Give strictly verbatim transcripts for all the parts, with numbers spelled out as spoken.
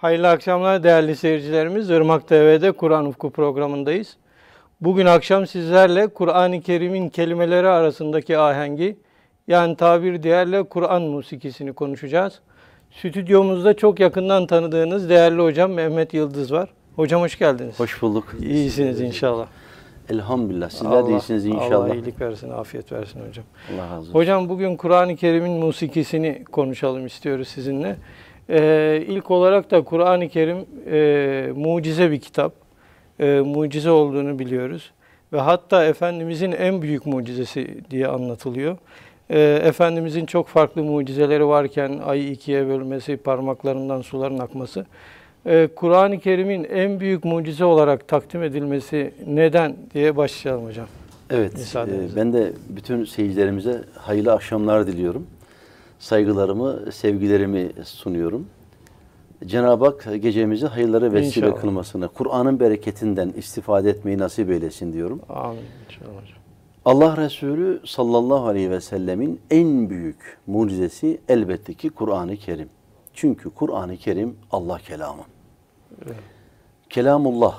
Hayırlı akşamlar değerli seyircilerimiz. Irmak T V'de Kur'an Ufku programındayız. Bugün akşam sizlerle Kur'an-ı Kerim'in kelimeleri arasındaki ahengi, yani tabir diğerle Kur'an musikisini konuşacağız. Stüdyomuzda çok yakından tanıdığınız değerli hocam Mehmet Yıldız var. Hocam hoş geldiniz. Hoş bulduk. İyisiniz inşallah. Elhamdülillah. Sizler Allah, de iyisiniz inşallah. Allah iyilik versin, afiyet versin hocam. Allah razı olsun. Hocam bugün Kur'an-ı Kerim'in musikisini konuşalım istiyoruz sizinle. Ee, ilk olarak da Kur'an-ı Kerim e, mucize bir kitap. E, mucize olduğunu biliyoruz. Ve hatta Efendimizin en büyük mucizesi diye anlatılıyor. E, Efendimizin çok farklı mucizeleri varken ayı ikiye bölmesi, parmaklarından suların akması. E, Kur'an-ı Kerim'in en büyük mucize olarak takdim edilmesi neden diye başlayalım hocam. Evet, e, ben de bütün seyircilerimize hayırlı akşamlar diliyorum. Saygılarımı, sevgilerimi sunuyorum. Cenab-ı Hak gecemizi hayırlara vesile İnşallah kılmasını, Kur'an'ın bereketinden istifade etmeyi nasip eylesin diyorum. Amin. İnşallah hocam. Allah Resulü sallallahu aleyhi ve sellemin en büyük mucizesi elbette ki Kur'an-ı Kerim. Çünkü Kur'an-ı Kerim Allah kelamı. Evet. Kelamullah.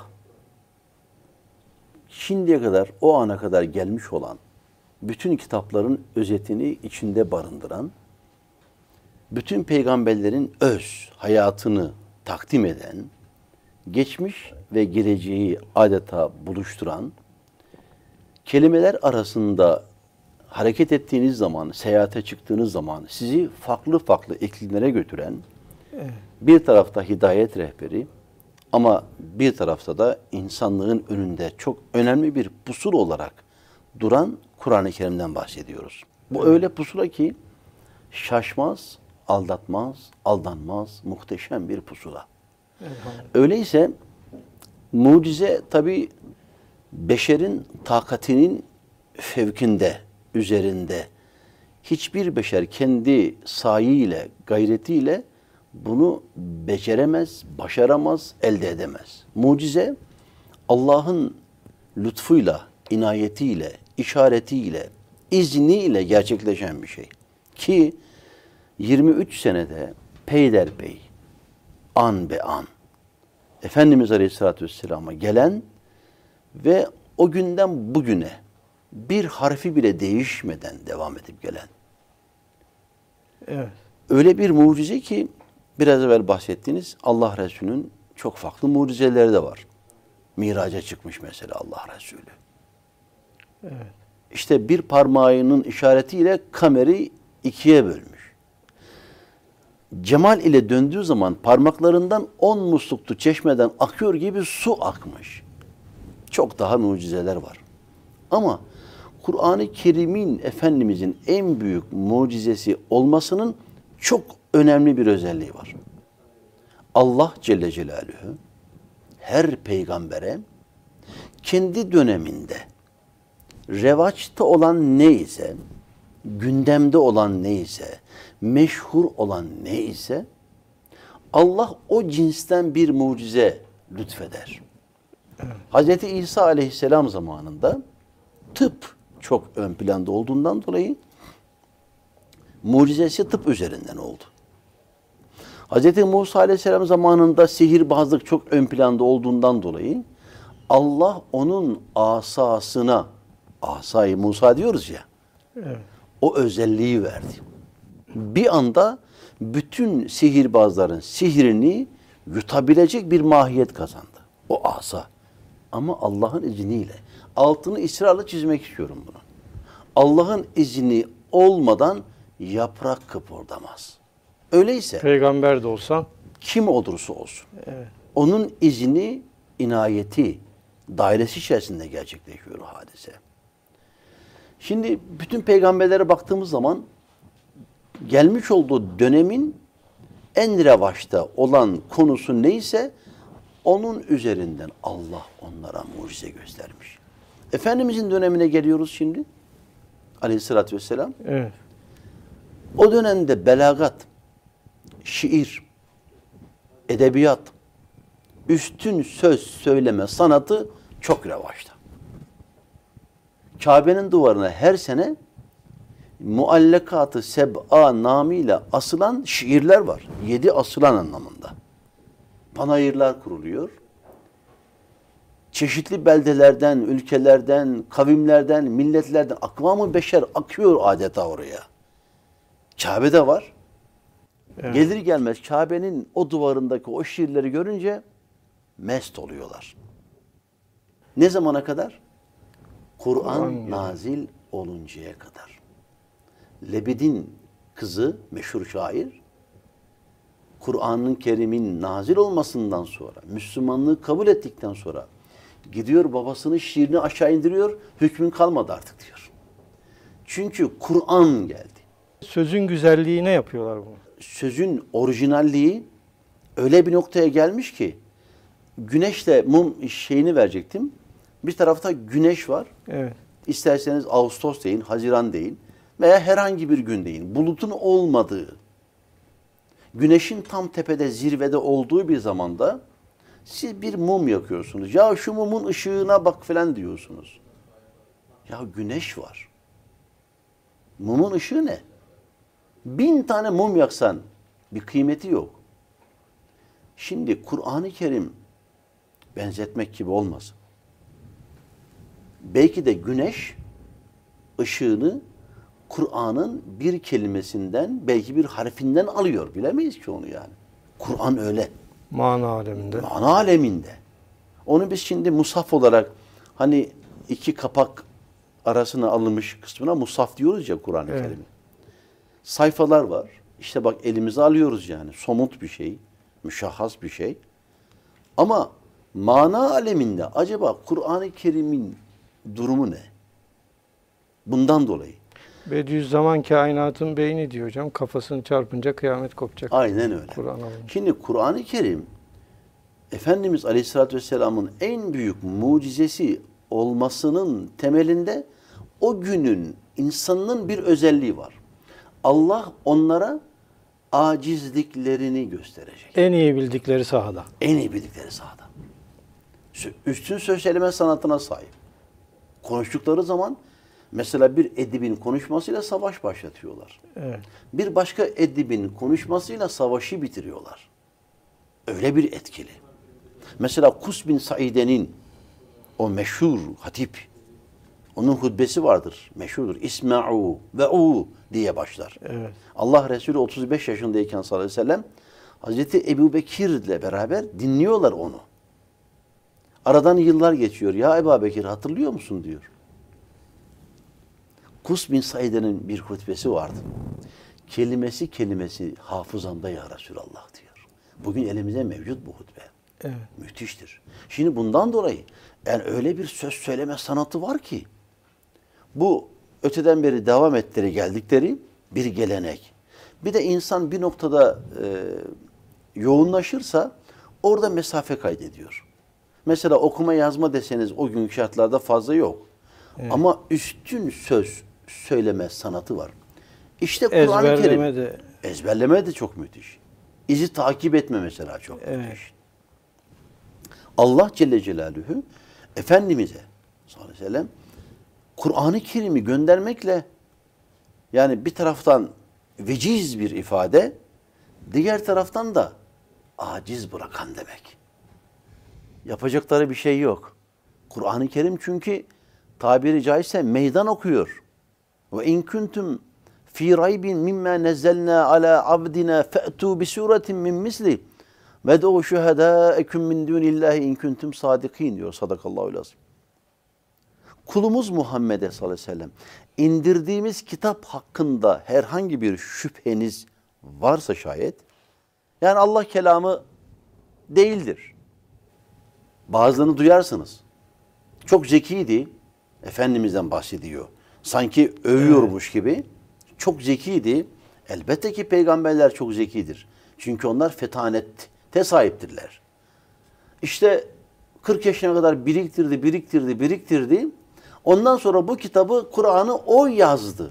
Şimdiye kadar, o ana kadar gelmiş olan bütün kitapların özetini içinde barındıran, bütün peygamberlerin öz hayatını takdim eden, geçmiş ve geleceği adeta buluşturan, kelimeler arasında hareket ettiğiniz zaman, seyahate çıktığınız zaman sizi farklı farklı iklimlere götüren, evet, bir tarafta hidayet rehberi ama bir tarafta da insanlığın önünde çok önemli bir pusula olarak duran Kur'an-ı Kerim'den bahsediyoruz. Bu evet, öyle pusula ki şaşmaz, aldatmaz, aldanmaz, muhteşem bir pusula. Evet. Öyleyse mucize tabii beşerin takatinin fevkinde, üzerinde. Hiçbir beşer kendi sayiyle, gayretiyle bunu beceremez, başaramaz, elde edemez. Mucize Allah'ın lütfuyla, inayetiyle, işaretiyle, izniyle gerçekleşen bir şey. Ki yirmi üç senede peyderpey, an be an, Efendimiz Aleyhisselatü Vesselam'a gelen ve o günden bugüne bir harfi bile değişmeden devam edip gelen. Evet. Öyle bir mucize ki biraz evvel bahsettiğiniz Allah Resulü'nün çok farklı mucizeleri de var. Miraca çıkmış mesela Allah Resulü. Evet. İşte bir parmağının işaretiyle kameri ikiye bölmüş. Cemal ile döndüğü zaman parmaklarından on musluklu çeşmeden akıyor gibi su akmış. Çok daha mucizeler var. Ama Kur'an-ı Kerim'in Efendimizin en büyük mucizesi olmasının çok önemli bir özelliği var. Allah Celle Celaluhu her peygambere kendi döneminde revaçta olan neyse, gündemde olan neyse, meşhur olan neyse Allah o cinsten bir mucize lütfeder. Evet. Hazreti İsa Aleyhisselam zamanında tıp çok ön planda olduğundan dolayı mucizesi tıp üzerinden oldu. Hazreti Musa Aleyhisselam zamanında sihirbazlık çok ön planda olduğundan dolayı Allah onun asasına, asayı Musa diyoruz ya, evet, o özelliği verdi. Bir anda bütün sihirbazların sihirini yutabilecek bir mahiyet kazandı. O asa. Ama Allah'ın izniyle. Altını ısrarla çizmek istiyorum bunu. Allah'ın izni olmadan yaprak kıpırdamaz. Öyleyse peygamber de olsa, kim olursa olsun, evet, onun izni, inayeti dairesi içerisinde gerçekleşiyor o hadise. Şimdi bütün peygamberlere baktığımız zaman gelmiş olduğu dönemin en revaçta olan konusu neyse onun üzerinden Allah onlara mucize göstermiş. Efendimizin dönemine geliyoruz şimdi. Aleyhissalatü vesselam. Evet. O dönemde belagat, şiir, edebiyat, üstün söz söyleme sanatı çok revaçta. Kabe'nin duvarına her sene Muallakatı Seb'a namıyla asılan şiirler var. Yedi asılan anlamında. panayırlar kuruluyor. Çeşitli beldelerden, ülkelerden, kavimlerden, milletlerden akvamı beşer akıyor adeta oraya. Kabe'de var. Evet. Gelir gelmez Kabe'nin o duvarındaki o şiirleri görünce mest oluyorlar. Ne zamana kadar? Kur'an Kur'an nazil oluncaya kadar. Lebed'in kızı, meşhur şair, Kur'an-ı Kerim'in nazil olmasından sonra, Müslümanlığı kabul ettikten sonra gidiyor babasının şiirini aşağı indiriyor, hükmün kalmadı artık diyor. Çünkü Kur'an geldi. Sözün güzelliğine yapıyorlar bunu. Sözün orijinalliği öyle bir noktaya gelmiş ki güneşle mum şeyini verecektim. Bir tarafta güneş var. Evet. İsterseniz Ağustos deyin, Haziran deyin veya herhangi bir gün deyin. Bulutun olmadığı, güneşin tam tepede, zirvede olduğu bir zamanda siz bir mum yakıyorsunuz. Ya şu mumun ışığına bak falan diyorsunuz. Ya güneş var. Mumun ışığı ne? Bin tane mum yaksan bir kıymeti yok. Şimdi Kur'an-ı Kerim benzetmek gibi olmasın. Belki de güneş ışığını Kur'an'ın bir kelimesinden, belki bir harfinden alıyor. Bilemeyiz ki onu yani. Kur'an öyle. Mana aleminde. Mana aleminde. Onu biz şimdi mushaf olarak hani iki kapak arasına alınmış kısmına mushaf diyoruz ya Kur'an-ı Evet. Kerim'i. Sayfalar var. İşte bak elimize alıyoruz yani. Somut bir şey. Müşahhas bir şey. Ama mana aleminde acaba Kur'an-ı Kerim'in durumu ne? Bundan dolayı. Bediüzzaman kainatın beyni diyor hocam. Kafasını çarpınca kıyamet kopacak. Aynen öyle. Kur'an alınca. Şimdi Kur'an-ı Kerim Efendimiz Aleyhisselatü Vesselam'ın en büyük mucizesi olmasının temelinde o günün insanının bir özelliği var. Allah onlara acizliklerini gösterecek. En iyi bildikleri sahada. En iyi bildikleri sahada. Üstün söz söyleme sanatına sahip. Konuştukları zaman mesela bir edibin konuşmasıyla savaş başlatıyorlar. Evet. Bir başka edibin konuşmasıyla savaşı bitiriyorlar. Öyle bir etkili. Mesela Kus bin Saide'nin o meşhur hatip, onun hutbesi vardır, meşhurdur. İsma'u ve u diye başlar. Evet. Allah Resulü otuz beş yaşındayken sallallahu aleyhi ve sellem Hazreti Ebu Bekir ile beraber dinliyorlar onu. Aradan yıllar geçiyor. Ya Ebu Bekir hatırlıyor musun diyor. Kus bin Saide'nin bir hutbesi vardı. Kelimesi kelimesi hafızamda ya Resulallah diyor. Bugün elimize mevcut bu hutbe. Evet. Müthiştir. Şimdi bundan dolayı yani öyle bir söz söyleme sanatı var ki bu öteden beri devam ettikleri geldikleri bir gelenek. Bir de insan bir noktada e, yoğunlaşırsa orada mesafe kaydediyor. Mesela okuma yazma deseniz o günkü şartlarda fazla yok. Evet. Ama üstün söz söyleme sanatı var. İşte Kur'an-ı Kerim. Ezberleme de. Ezberleme de çok müthiş. İzi takip etme mesela çok Evet. müthiş. Allah Celle Celaluhu Efendimiz'e sallallahu aleyhi ve sellem Kur'an-ı Kerim'i göndermekle yani bir taraftan veciz bir ifade, diğer taraftan da aciz bırakan demek. Yapacakları bir şey yok. Kur'an-ı Kerim çünkü tabiri caizse meydan okuyor. Ve in kuntum fi raybin mimma nazzalna ala abdina fa'tu bi suratin min misli vedu şuhadâekum min dunillahi in kuntum sadikin diyor sadakallahu lazim. Kulumuz Muhammed'e sallallahu aleyhi ve sellem indirdiğimiz kitap hakkında herhangi bir şüpheniz varsa şayet yani Allah kelamı değildir. Bazılarını duyarsınız. Çok zekiydi. Efendimiz'den bahsediyor. Sanki övüyormuş gibi. Çok zekiydi. Elbette ki peygamberler çok zekidir. Çünkü onlar fetanette sahiptirler. İşte kırk yaşına kadar biriktirdi, biriktirdi, biriktirdi. Ondan sonra bu kitabı, Kur'an'ı o yazdı.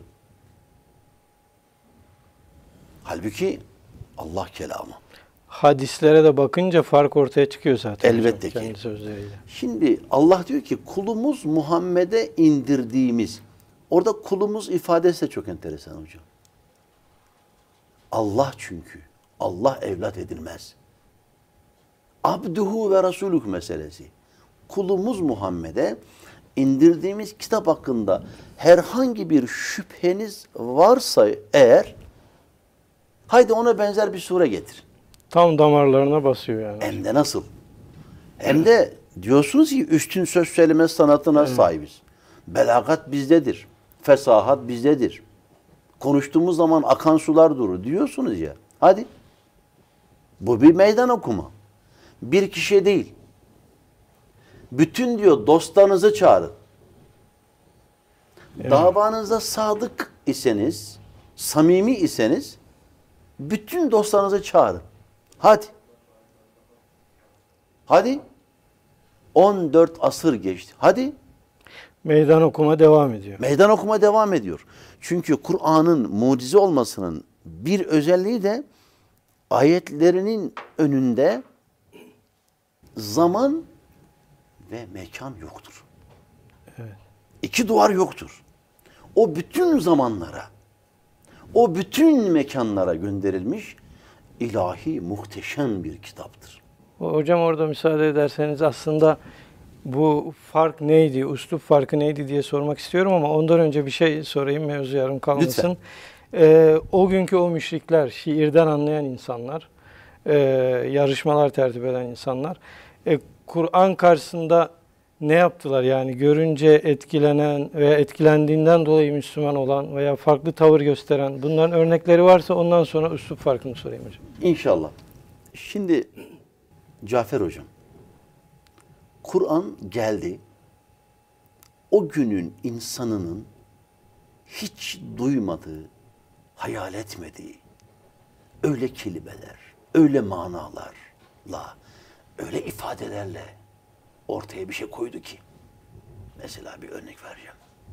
Halbuki Allah kelamı. Hadislere de bakınca fark ortaya çıkıyor zaten. Elbette hocam, ki. kendi sözleriyle. Şimdi Allah diyor ki kulumuz Muhammed'e indirdiğimiz. Orada kulumuz ifadesi de çok enteresan hocam. Allah çünkü. Allah evlat edilmez. Abduhu ve Resuluh meselesi. Kulumuz Muhammed'e indirdiğimiz kitap hakkında herhangi bir şüpheniz varsa eğer, haydi ona benzer bir sure getir. Tam damarlarına basıyor yani. Hem de nasıl? Hem de diyorsunuz ki üstün söz söyleme sanatına evet. sahibiz. Belagat bizdedir. Fesahat bizdedir. Konuştuğumuz zaman akan sular durur diyorsunuz ya. Hadi. Bu bir meydan okuma. Bir kişiye değil. Bütün diyor dostlarınızı çağırın. Evet. Davanızda sadık iseniz, samimi iseniz bütün dostlarınızı çağırın. Hadi. Hadi. on dört asır geçti. Hadi. Meydan okuma devam ediyor. Meydan okuma devam ediyor. Çünkü Kur'an'ın mucize olmasının bir özelliği de ayetlerinin önünde zaman ve mekan yoktur. Evet. İki duvar yoktur. O bütün zamanlara, o bütün mekanlara gönderilmiş ilahi muhteşem bir kitaptır. Hocam orada müsaade ederseniz aslında bu fark neydi, üslup farkı neydi diye sormak istiyorum ama ondan önce bir şey sorayım, mevzu yarım kalmasın. Ee, o günkü o müşrikler, şiirden anlayan insanlar, e, yarışmalar tertip eden insanlar, e, Kur'an karşısında ne yaptılar? Yani görünce etkilenen veya etkilendiğinden dolayı Müslüman olan veya farklı tavır gösteren, bunların örnekleri varsa ondan sonra üslup farkını sorayım hocam. İnşallah. Şimdi Cafer hocam, Kur'an geldi, o günün insanının hiç duymadığı, hayal etmediği öyle kelimeler, öyle manalarla, öyle ifadelerle ortaya bir şey koydu ki. Mesela bir örnek vereceğim.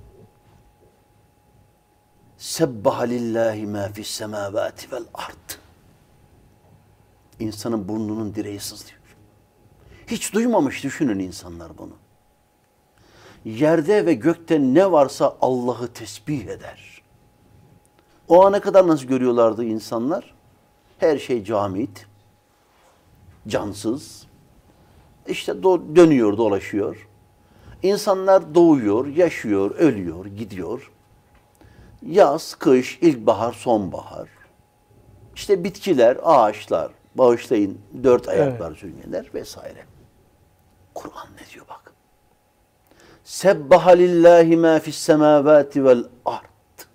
Sebbaha lillahi ma fis semavati vel ard. İnsanın burnunun direği sızlıyor. Hiç duymamış, düşünün insanlar bunu. Yerde ve gökte ne varsa Allah'ı tesbih eder. O ana kadar nasıl görüyorlardı insanlar? Her şey camit, cansız, işte do- dönüyor, dolaşıyor. İnsanlar doğuyor, yaşıyor, ölüyor, gidiyor. Yaz, kış, ilkbahar, sonbahar. İşte bitkiler, ağaçlar, bağışlayın, dört ayaklar, evet. sürüngenler vesaire. Kur'an ne diyor bak. Sebbaha lillahi ma fis semavati vel ard.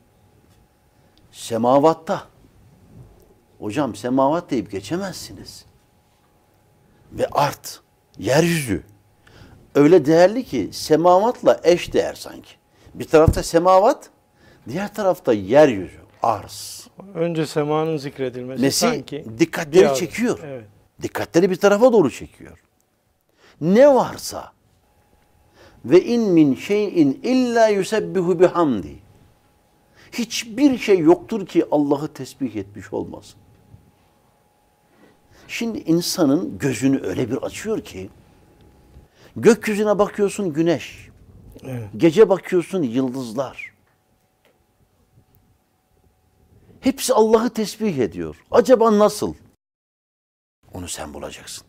Semavatta. Hocam semavat deyip geçemezsiniz. Ve art, yeryüzü. Öyle değerli ki semavatla eş değer sanki. Bir tarafta semavat, diğer tarafta yeryüzü, arz. Önce semanın zikredilmesi Nesi, sanki. dikkatleri biraz, çekiyor. Evet. Dikkatleri bir tarafa doğru çekiyor. Ne varsa ve in min şeyin illa yusebbihu bihamdi. Hiçbir şey yoktur ki Allah'ı tesbih etmiş olmasın. Şimdi insanın gözünü öyle bir açıyor ki gökyüzüne bakıyorsun güneş. Evet. Gece bakıyorsun yıldızlar. Hepsi Allah'ı tesbih ediyor. Acaba nasıl? Onu sen bulacaksın.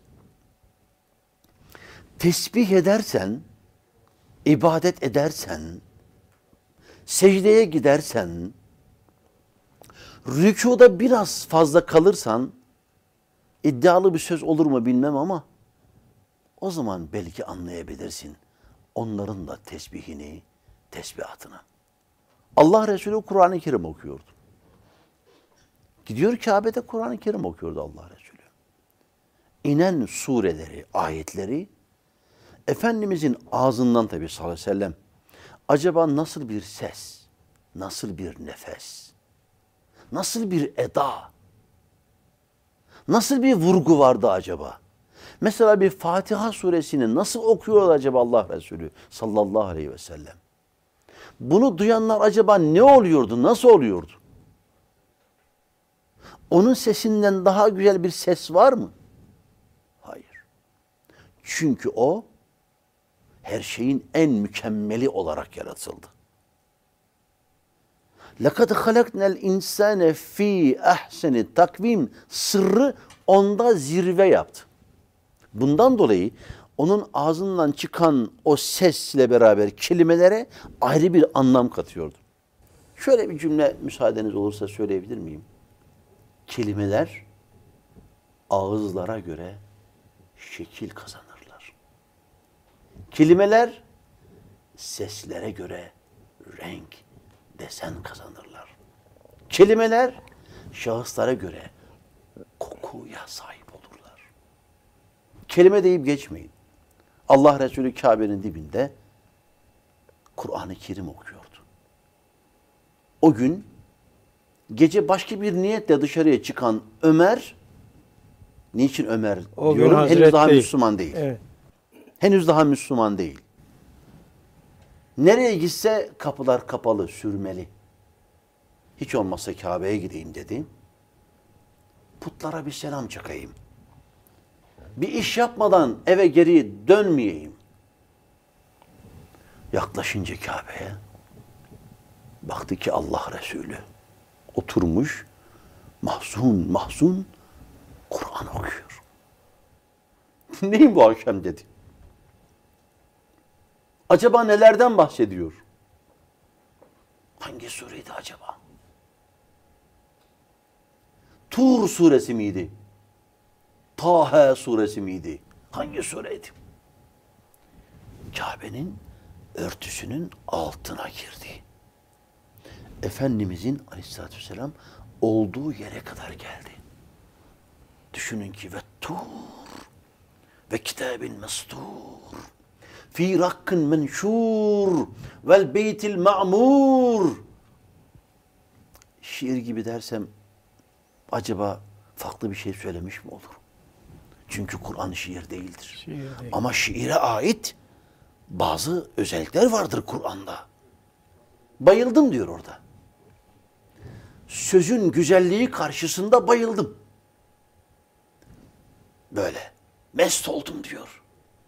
Tesbih edersen, ibadet edersen, secdeye gidersen, rükuda biraz fazla kalırsan, iddialı bir söz olur mu bilmem ama o zaman belki anlayabilirsin onların da tesbihini, tesbihatını. Allah Resulü Kur'an-ı Kerim okuyordu. Gidiyor Kabe'de Kur'an-ı Kerim okuyordu Allah Resulü. İnen sureleri, ayetleri Efendimizin ağzından tabii sallallahu aleyhi ve sellem acaba nasıl bir ses, nasıl bir nefes, nasıl bir eda, nasıl bir vurgu vardı acaba? Mesela bir Fatiha suresini nasıl okuyor acaba Allah Resulü sallallahu aleyhi ve sellem? Bunu duyanlar acaba ne oluyordu, nasıl oluyordu? Onun sesinden daha güzel bir ses var mı? Hayır. Çünkü o her şeyin en mükemmeli olarak yaratıldı. لَقَدْ خَلَقْنَا الْاِنْسَانَ ف۪ي اَحْسَنِ takvim sırrı onda zirve yaptı. Bundan dolayı onun ağzından çıkan o sesle beraber kelimelere ayrı bir anlam katıyordu. Şöyle bir cümle müsaadeniz olursa söyleyebilir miyim? Kelimeler ağızlara göre şekil kazanırlar. Kelimeler seslere göre renk, desen kazanırlar. Kelimeler şahıslara göre kokuya sahip olurlar. Kelime deyip geçmeyin. Allah Resulü Kabe'nin dibinde Kur'an-ı Kerim okuyordu. O gün gece başka bir niyetle dışarıya çıkan Ömer, niçin Ömer O diyorum? Hazret Henüz daha değil. Müslüman değil. Evet. Henüz daha Müslüman değil. Nereye gitse kapılar kapalı, sürmeli. Hiç olmazsa Kabe'ye gideyim dedi. Putlara bir selam çakayım. Bir iş yapmadan eve geri dönmeyeyim. Yaklaşınca Kabe'ye baktı ki Allah Resulü oturmuş mahzun mahzun Kur'an okuyor. Neyim bu akşam dedi. Acaba nelerden bahsediyor? Hangi sureydi acaba? Tur suresi miydi? Taha suresi miydi? Hangi sureydi? Kabe'nin örtüsünün altına girdi. Efendimizin aleyhissalatü vesselam olduğu yere kadar geldi. Düşünün ki ve tur ve kitabin mestur fi rakkın menşur vel beytil ma'mur. Şiir gibi dersem acaba farklı bir şey söylemiş mi olur? Çünkü Kur'an şiir değildir. Şiir değil. Ama şiire ait bazı özellikler vardır Kur'an'da. Bayıldım diyor orada. Sözün güzelliği karşısında bayıldım. Böyle mest oldum diyor.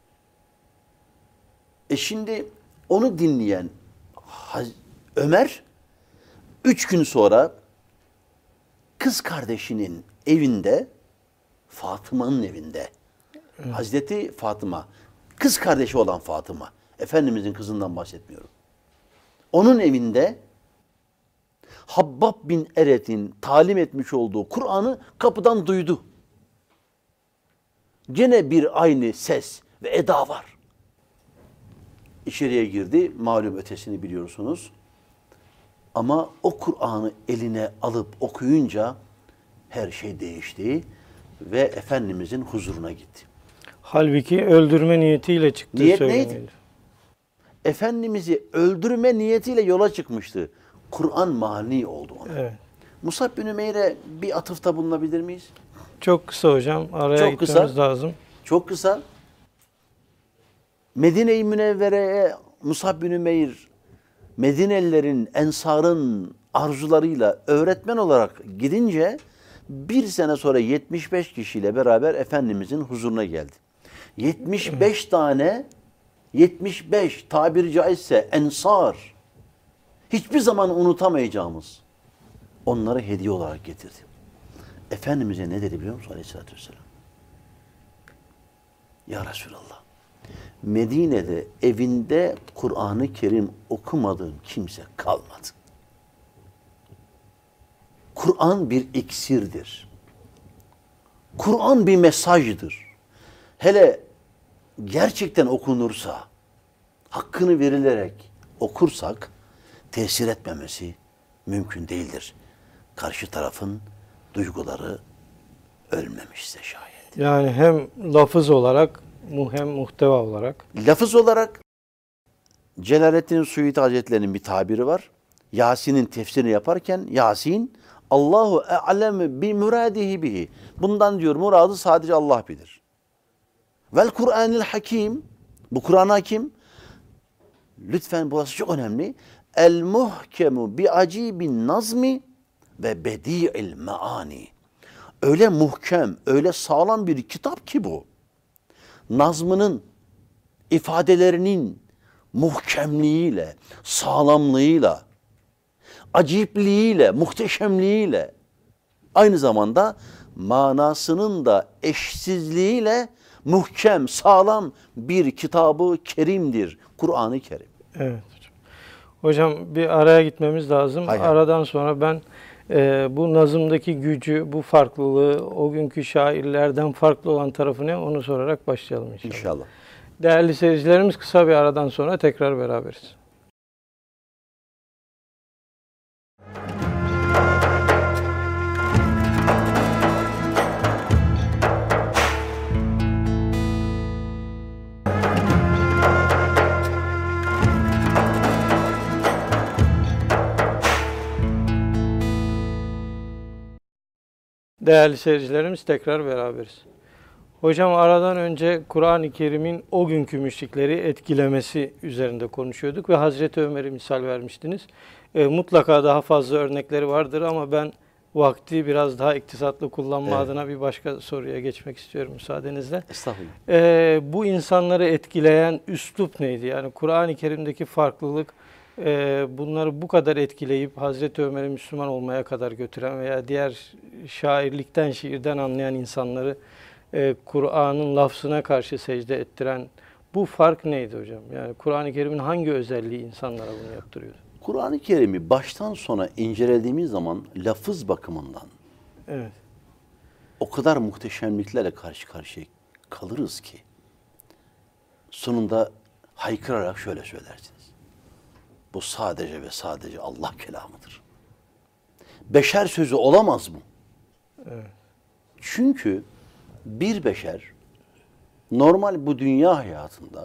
E şimdi onu dinleyen Ömer üç gün sonra kız kardeşinin evinde, Fatıma'nın evinde, evet. Hazreti Fatıma, kız kardeşi olan Fatıma, Efendimizin kızından bahsetmiyorum. Onun evinde Habbab bin Eret'in talim etmiş olduğu Kur'an'ı kapıdan duydu. Gene bir aynı ses ve eda var. İçeriye girdi, malum ötesini biliyorsunuz. Ama o Kur'an'ı eline alıp okuyunca her şey değişti ve Efendimizin huzuruna gitti. Halbuki öldürme niyetiyle çıktığı Niyet söylenildi. neydi? Efendimiz'i öldürme niyetiyle yola çıkmıştı. Kur'an mani oldu ona. Evet. Musab bin Ümeyr'e bir atıfta bulunabilir miyiz? Çok kısa hocam. Araya Çok gitmemiz kısa. lazım. Çok kısa. Medine-i Münevvere'ye Musab bin Ümeyr, Medinelilerin, Ensar'ın arzularıyla öğretmen olarak gidince bir sene sonra yetmiş beş kişiyle beraber Efendimizin huzuruna geldi. yetmiş beş tane, yetmiş beş tabiri caizse Ensar, hiçbir zaman unutamayacağımız onları hediye olarak getirdi. Efendimiz'e ne dedi biliyor musun Aleyhisselatü Vesselam? Ya Resulallah, Medine'de evinde Kur'an-ı Kerim okumadığım kimse kalmadı. Kur'an bir iksirdir. Kur'an bir mesajdır. Hele gerçekten okunursa, hakkını verilerek okursak tesir etmemesi mümkün değildir. Karşı tarafın duyguları ölmemişse şayet. Yani hem lafız olarak hem muhteva olarak. Lafız olarak Celaleddin Suyuti Hazretleri'nin bir tabiri var. Yasin'in tefsirini yaparken Yasin Allahu a'lem bi muradihi bihi. Bundan diyor muradı sadece Allah bilir. Vel Kur'anil Hakim. Bu Kur'an-ı Hakim. Lütfen burası çok önemli. El muhkemu bi acibin nazmi ve bedi'il maani. Öyle muhkem, öyle sağlam bir kitap ki bu. Nazmının, ifadelerinin muhkemliğiyle, sağlamlığıyla, acipliğiyle, muhteşemliğiyle, aynı zamanda manasının da eşsizliğiyle muhkem, sağlam bir kitabı kerimdir Kur'an-ı Kerim. Evet hocam. Hocam bir araya gitmemiz lazım. Hay hay. Aradan sonra ben e, bu nazımdaki gücü, bu farklılığı, o günkü şairlerden farklı olan tarafı ne onu sorarak başlayalım inşallah. İnşallah. Değerli seyircilerimiz, kısa bir aradan sonra tekrar beraberiz. Değerli seyircilerimiz, tekrar beraberiz. Hocam aradan önce Kur'an-ı Kerim'in o günkü müşrikleri etkilemesi üzerinde konuşuyorduk ve Hazreti Ömer'i misal vermiştiniz. E, mutlaka daha fazla örnekleri vardır ama ben vakti biraz daha iktisatlı kullanma Evet. adına bir başka soruya geçmek istiyorum müsaadenizle. Estağfurullah. E, bu insanları etkileyen üslup neydi? Yani Kur'an-ı Kerim'deki farklılık e, bunları bu kadar etkileyip Hazreti Ömer'i Müslüman olmaya kadar götüren veya diğer şairlikten, şiirden anlayan insanları e, Kur'an'ın lafzına karşı secde ettiren bu fark neydi hocam? Yani Kur'an-ı Kerim'in hangi özelliği insanlara bunu yaptırıyordu? Kur'an-ı Kerim'i baştan sona incelediğimiz zaman lafız bakımından Evet. o kadar muhteşemliklerle karşı karşıya kalırız ki sonunda haykırarak şöyle söylersiniz. Bu sadece ve sadece Allah kelamıdır. Beşer sözü olamaz mı? Evet. Çünkü bir beşer normal bu dünya hayatında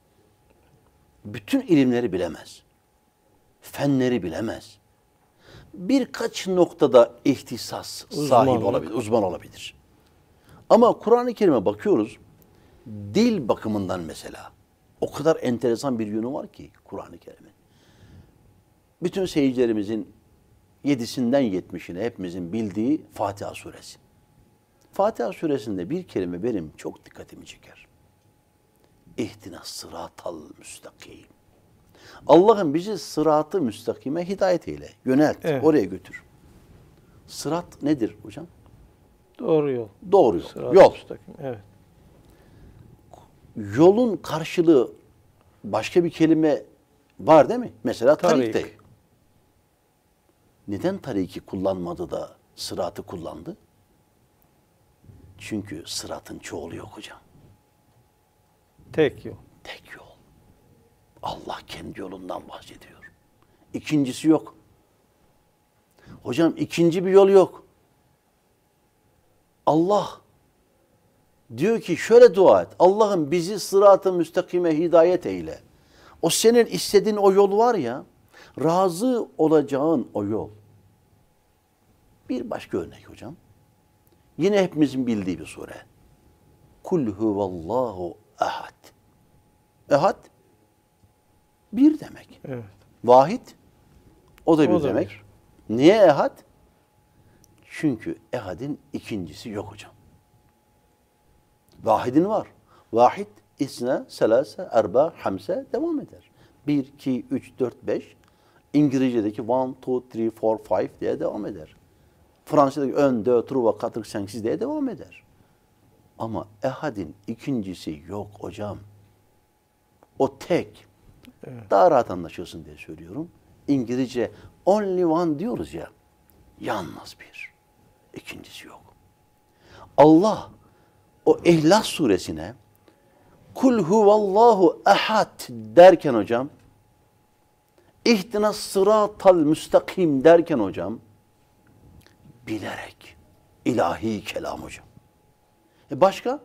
bütün ilimleri bilemez. Fenleri bilemez. Birkaç noktada ihtisas Uzmanlık. sahibi olabilir, uzman olabilir. Ama Kur'an-ı Kerim'e bakıyoruz, dil bakımından mesela o kadar enteresan bir yönü var ki Kur'an-ı Kerim'in. Bütün seyircilerimizin yedisinden yetmişine hepimizin bildiği Fatiha suresi. Fatiha suresinde bir kelime benim çok dikkatimi çeker. İhtinas sıratal müstakim. Allah'ım bizi sıratı müstakime hidayet eyle, yönelt, Evet. oraya götür. Sırat nedir hocam? Doğru yol. Doğru yol. Sırat-ı Yol. müstakim. Evet. Yolun karşılığı başka bir kelime var değil mi? Mesela Tarik. tarikte. Neden tariki kullanmadı da sıratı kullandı? Çünkü sıratın çoğulu yok hocam. Tek yol. Tek yol. Allah kendi yolundan bahsediyor. İkincisi yok. Hocam ikinci bir yol yok. Allah diyor ki şöyle dua et. Allah'ım bizi sırat-ı müstakime hidayet eyle. O senin istediğin o yol var ya, razı olacağın o yol. Bir başka örnek hocam. Yine hepimizin bildiği bir sure. Kul huvallahu ehad. Ehad bir demek. Evet. Vahid o da bir O da demek. bir. Niye ehad? Çünkü ehadin ikincisi yok hocam. Vahidin var. Vahid, isne, selase, erba, hamse devam eder. Bir, iki, üç, dört, beş. İngilizce'deki one, two, three, four, five diye devam eder. Fransa'daki un, deux, trois, quatre, cinq, six diye devam eder. Ama ehadin ikincisi yok hocam. O tek. Evet. Daha rahat anlaşılsın diye söylüyorum. İngilizce only one diyoruz ya. Yalnız bir. İkincisi yok. Allah o İhlas suresine Kul huvallahu ehad derken hocam, İhtinas sıratal müstakim derken hocam, bilerek ilahi kelam hocam. E başka?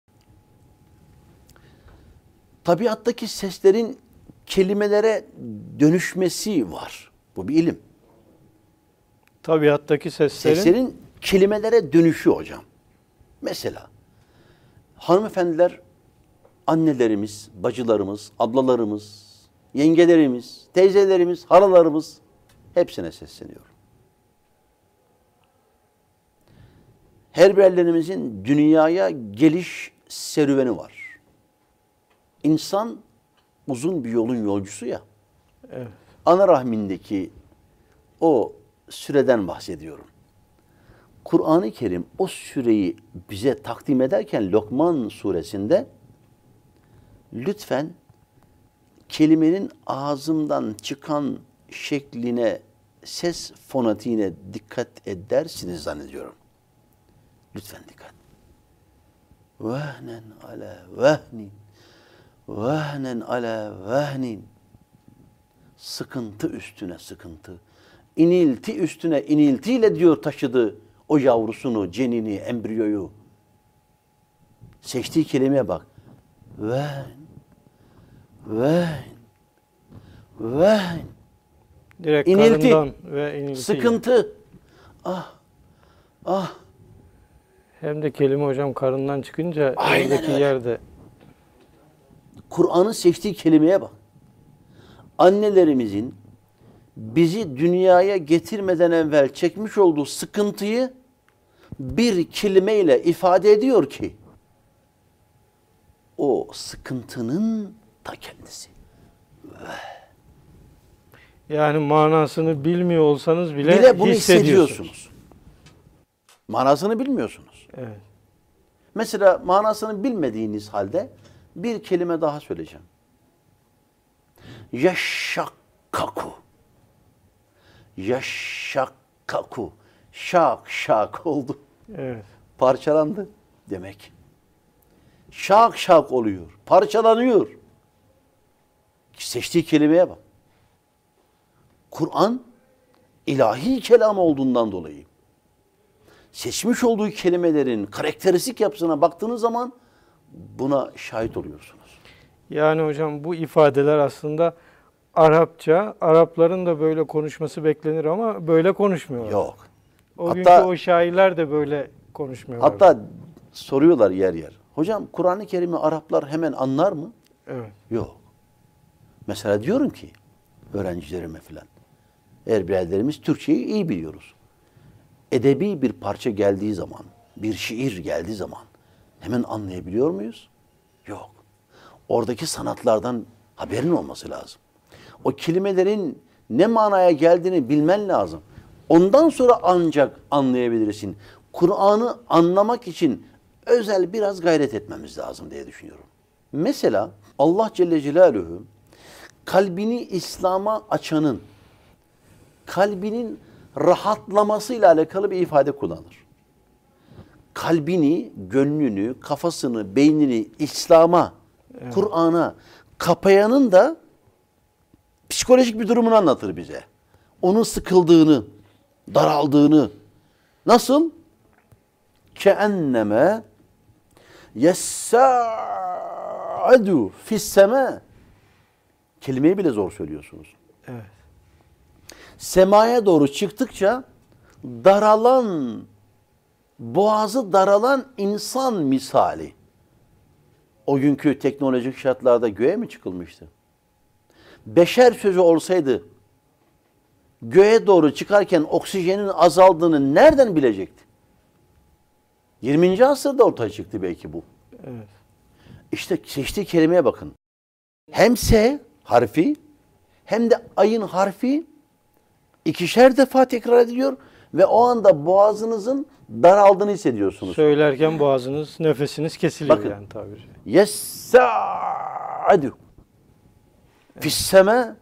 Tabiattaki seslerin kelimelere dönüşmesi var. Bu bir ilim. Tabiattaki seslerin, Seslerin kelimelere dönüşü hocam. Mesela hanımefendiler, annelerimiz, bacılarımız, ablalarımız, yengelerimiz, teyzelerimiz, halalarımız hepsine sesleniyorum. Her birlerimizin dünyaya geliş serüveni var. İnsan uzun bir yolun yolcusu ya. evet. Ana rahmindeki o süreden bahsediyorum. Kur'an-ı Kerim o süreyi bize takdim ederken Lokman suresinde lütfen kelimenin ağzımdan çıkan şekline, ses fonatiğine dikkat edersiniz zannediyorum. Lütfen dikkat. Vehnen ala vehnin. Vehnen ala vehnin. Sıkıntı üstüne sıkıntı. İnilti üstüne iniltiyle diyor taşıdı o yavrusunu, cenini, embriyoyu. Seçtiği kelimeye bak. Vehn. Vehn. Vehn. Direkt İnilti, karından ve iniltiyle. sıkıntı. Ah, ah. Hem de kelime hocam karından çıkınca Aynen oradaki öyle. yerde. Kur'an'ın seçtiği kelimeye bak. Annelerimizin bizi dünyaya getirmeden evvel çekmiş olduğu sıkıntıyı bir kelimeyle ifade ediyor ki o sıkıntının ta kendisi. Yani manasını bilmiyor olsanız bile, Bile bunu hissediyorsunuz. hissediyorsunuz. Manasını bilmiyorsunuz. Evet. Mesela manasını bilmediğiniz halde bir kelime daha söyleyeceğim. Yaşakkaku. Yaşakkaku. Şak şak oldu. Evet. Parçalandı demek. Şak şak oluyor. Parçalanıyor. Seçtiği kelimeye bak. Kur'an ilahi kelam olduğundan dolayı seçmiş olduğu kelimelerin karakteristik yapısına baktığınız zaman buna şahit oluyorsunuz. Yani hocam bu ifadeler aslında Arapça, Arapların da böyle konuşması beklenir ama böyle konuşmuyorlar. Yok. O Hatta- günkü o şairler de böyle konuşmuyorlar. Hatta soruyorlar yer yer. Hocam Kur'an-ı Kerim'i Araplar hemen anlar mı? Evet. Yok. Mesela diyorum ki öğrencilerime filan. Eğer biraderimiz Türkçeyi iyi biliyoruz. Edebi bir parça geldiği zaman, bir şiir geldiği zaman hemen anlayabiliyor muyuz? Yok. Oradaki sanatlardan haberin olması lazım. O kelimelerin ne manaya geldiğini bilmen lazım. Ondan sonra ancak anlayabilirsin. Kur'an'ı anlamak için özel biraz gayret etmemiz lazım diye düşünüyorum. Mesela Allah Celle Celaluhu kalbini İslam'a açanın kalbinin rahatlamasıyla alakalı bir ifade kullanır. Kalbini, gönlünü, kafasını, beynini İslam'a, evet, Kur'an'a kapayanın da psikolojik bir durumunu anlatır bize. Onun sıkıldığını, daraldığını. Nasıl? Keenneme yessâ'adu fissemâ. Kelimeyi bile zor söylüyorsunuz. Evet. Semaya doğru çıktıkça daralan, boğazı daralan insan misali. O günkü teknolojik şartlarda göğe mi çıkılmıştı? Beşer sözü olsaydı göğe doğru çıkarken oksijenin azaldığını nereden bilecekti? yirminci asırda ortaya çıktı belki bu. Evet. İşte seçtiği kelimeye bakın. Hem S harfi hem de ayın harfi ikişer defa tekrar ediliyor ve o anda boğazınızın daraldığını hissediyorsunuz. Söylerken boğazınız, nefesiniz kesiliyor Bakın. yani tabiri. Yessâ'adu fisseme,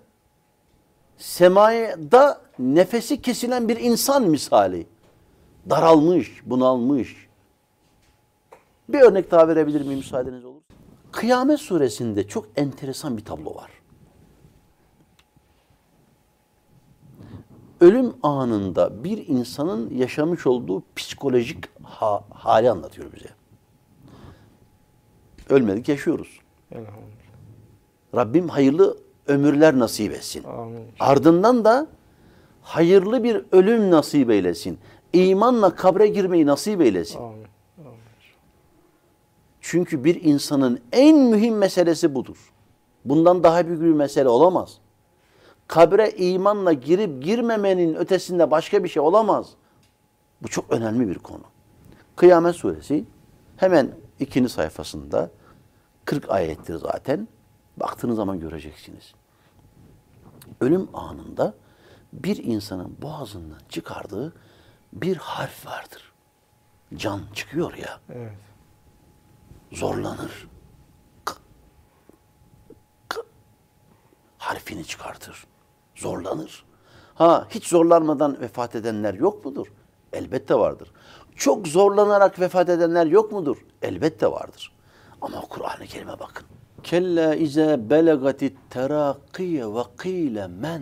semada nefesi kesilen bir insan misali. Daralmış, bunalmış. Bir örnek daha verebilir miyim müsaadeniz olur? Kıyamet suresinde çok enteresan bir tablo var. Ölüm anında bir insanın yaşamış olduğu psikolojik ha hali anlatıyor bize. Ölmedik, yaşıyoruz. Elhamdülillah. Rabbim hayırlı ömürler nasip etsin. Amin. Ardından da hayırlı bir ölüm nasip eylesin. İmanla kabre girmeyi nasip eylesin. Amin. Amin. Çünkü bir insanın en mühim meselesi budur. Bundan daha büyük bir mesele olamaz. Kabre imanla girip girmemenin ötesinde başka bir şey olamaz. Bu çok önemli bir konu. Kıyamet suresi hemen ikinci sayfasında kırk ayettir zaten. Baktığınız zaman göreceksiniz. Ölüm anında bir insanın boğazından çıkardığı bir harf vardır. can çıkıyor ya. Evet. Zorlanır. K, k, harfini çıkartır. Zorlanır. Ha, hiç zorlanmadan vefat edenler yok mudur? Elbette vardır. Çok zorlanarak vefat edenler yok mudur? Elbette vardır. Ama Kur'an-ı Kerim'e bakın. Kella ize belagatit terakkiye ve kîle men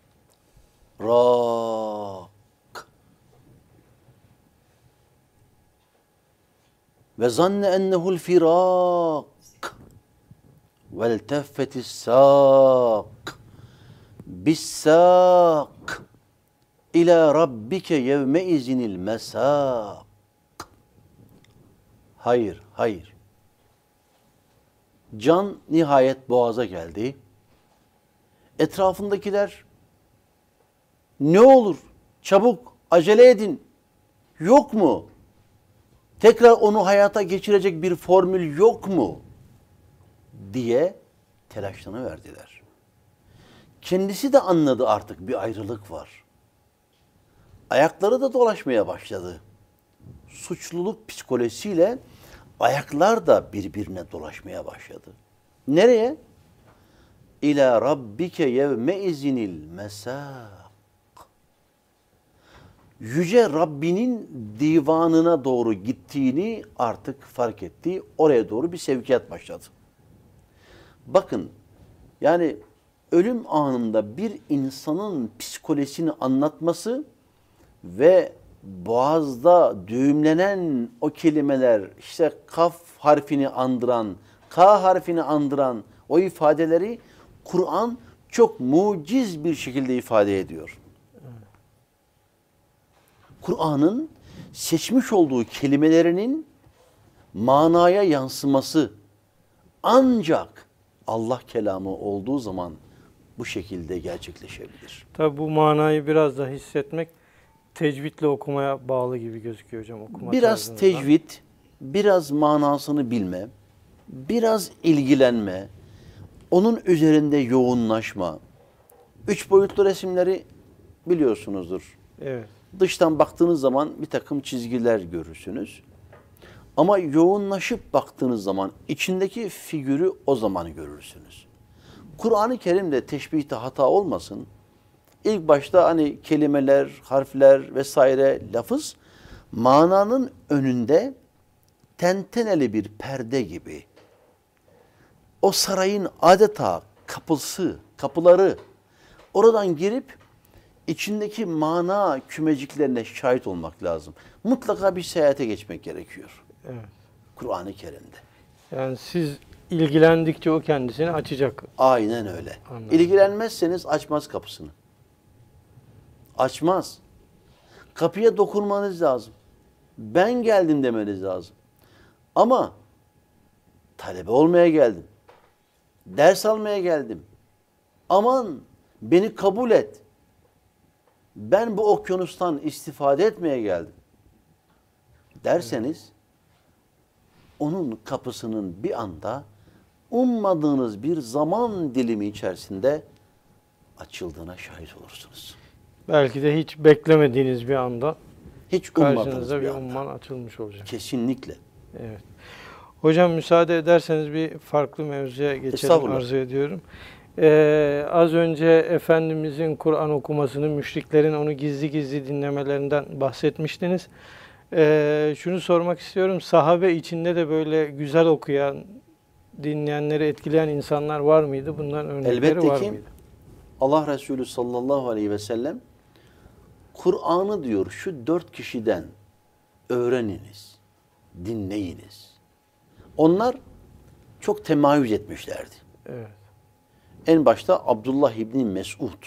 rak ve zanne ennehu'l firak vel teffetis sâk bis sâk İlâ rabbike yevme izinil mesâk. Hayır, hayır. Can nihayet boğaza geldi. Etrafındakiler ne olur çabuk acele edin. Yok mu? Tekrar onu hayata geçirecek bir formül yok mu? Diye telaşlanıverdiler. Kendisi de anladı artık bir ayrılık var. Ayakları da dolaşmaya başladı. Suçluluk psikolojisiyle ayaklar da birbirine dolaşmaya başladı. Nereye? İlâ rabbike yevme izinil mesâk. Yüce Rabbinin divanına doğru gittiğini artık fark etti. Oraya doğru bir sevkiyat başladı. Bakın, yani ölüm anında bir insanın psikolojisini anlatması ve boğazda düğümlenen o kelimeler, işte kaf harfini andıran, ka harfini andıran o ifadeleri Kur'an çok muciz bir şekilde ifade ediyor. Kur'an'ın seçmiş olduğu kelimelerinin manaya yansıması ancak Allah kelamı olduğu zaman bu şekilde gerçekleşebilir. Tabi bu manayı biraz da hissetmek tecvidle okumaya bağlı gibi gözüküyor hocam. Okuma Biraz tarzınızdan. tecvid, biraz manasını bilme, biraz ilgilenme, onun üzerinde yoğunlaşma. Üç boyutlu resimleri biliyorsunuzdur. Evet. Dıştan baktığınız zaman bir takım çizgiler görürsünüz. Ama yoğunlaşıp baktığınız zaman içindeki figürü o zaman görürsünüz. Kur'an-ı Kerim'de teşbihte hata olmasın. İlk başta hani kelimeler, harfler vesaire lafız mananın önünde tenteneli bir perde gibi. O sarayın adeta kapısı, kapıları oradan girip içindeki mana kümeciklerine şahit olmak lazım. Mutlaka bir seyahate geçmek gerekiyor. Evet. Kur'an-ı Kerim'de. Yani siz ilgilendikçe o kendisini açacak. Aynen öyle. Anladım. İlgilenmezseniz açmaz kapısını. Açmaz. Kapıya dokunmanız lazım. Ben geldim demeniz lazım. Ama talebe olmaya geldim. Ders almaya geldim. Aman beni kabul et. Ben bu okyanustan istifade etmeye geldim. Derseniz onun kapısının bir anda ummadığınız bir zaman dilimi içerisinde açıldığına şahit olursunuz. Belki de hiç beklemediğiniz bir anda Hiç ummadığınız karşınıza bir bir anda. umman açılmış olacak. Kesinlikle. Evet. Hocam müsaade ederseniz bir farklı mevzuya geçelim Estağfurullah. arzu ediyorum. Ee, az önce Efendimizin Kur'an okumasını, müşriklerin onu gizli gizli dinlemelerinden bahsetmiştiniz. Ee, şunu sormak istiyorum, sahabe içinde de böyle güzel okuyan, dinleyenleri etkileyen insanlar var mıydı? Bunların örnekleri Elbette var ki mıydı? Allah Resulü sallallahu aleyhi ve sellem Kur'an'ı diyor şu dört kişiden öğreniniz, dinleyiniz. Onlar çok temayüz etmişlerdi. Evet. En başta Abdullah İbni Mesud.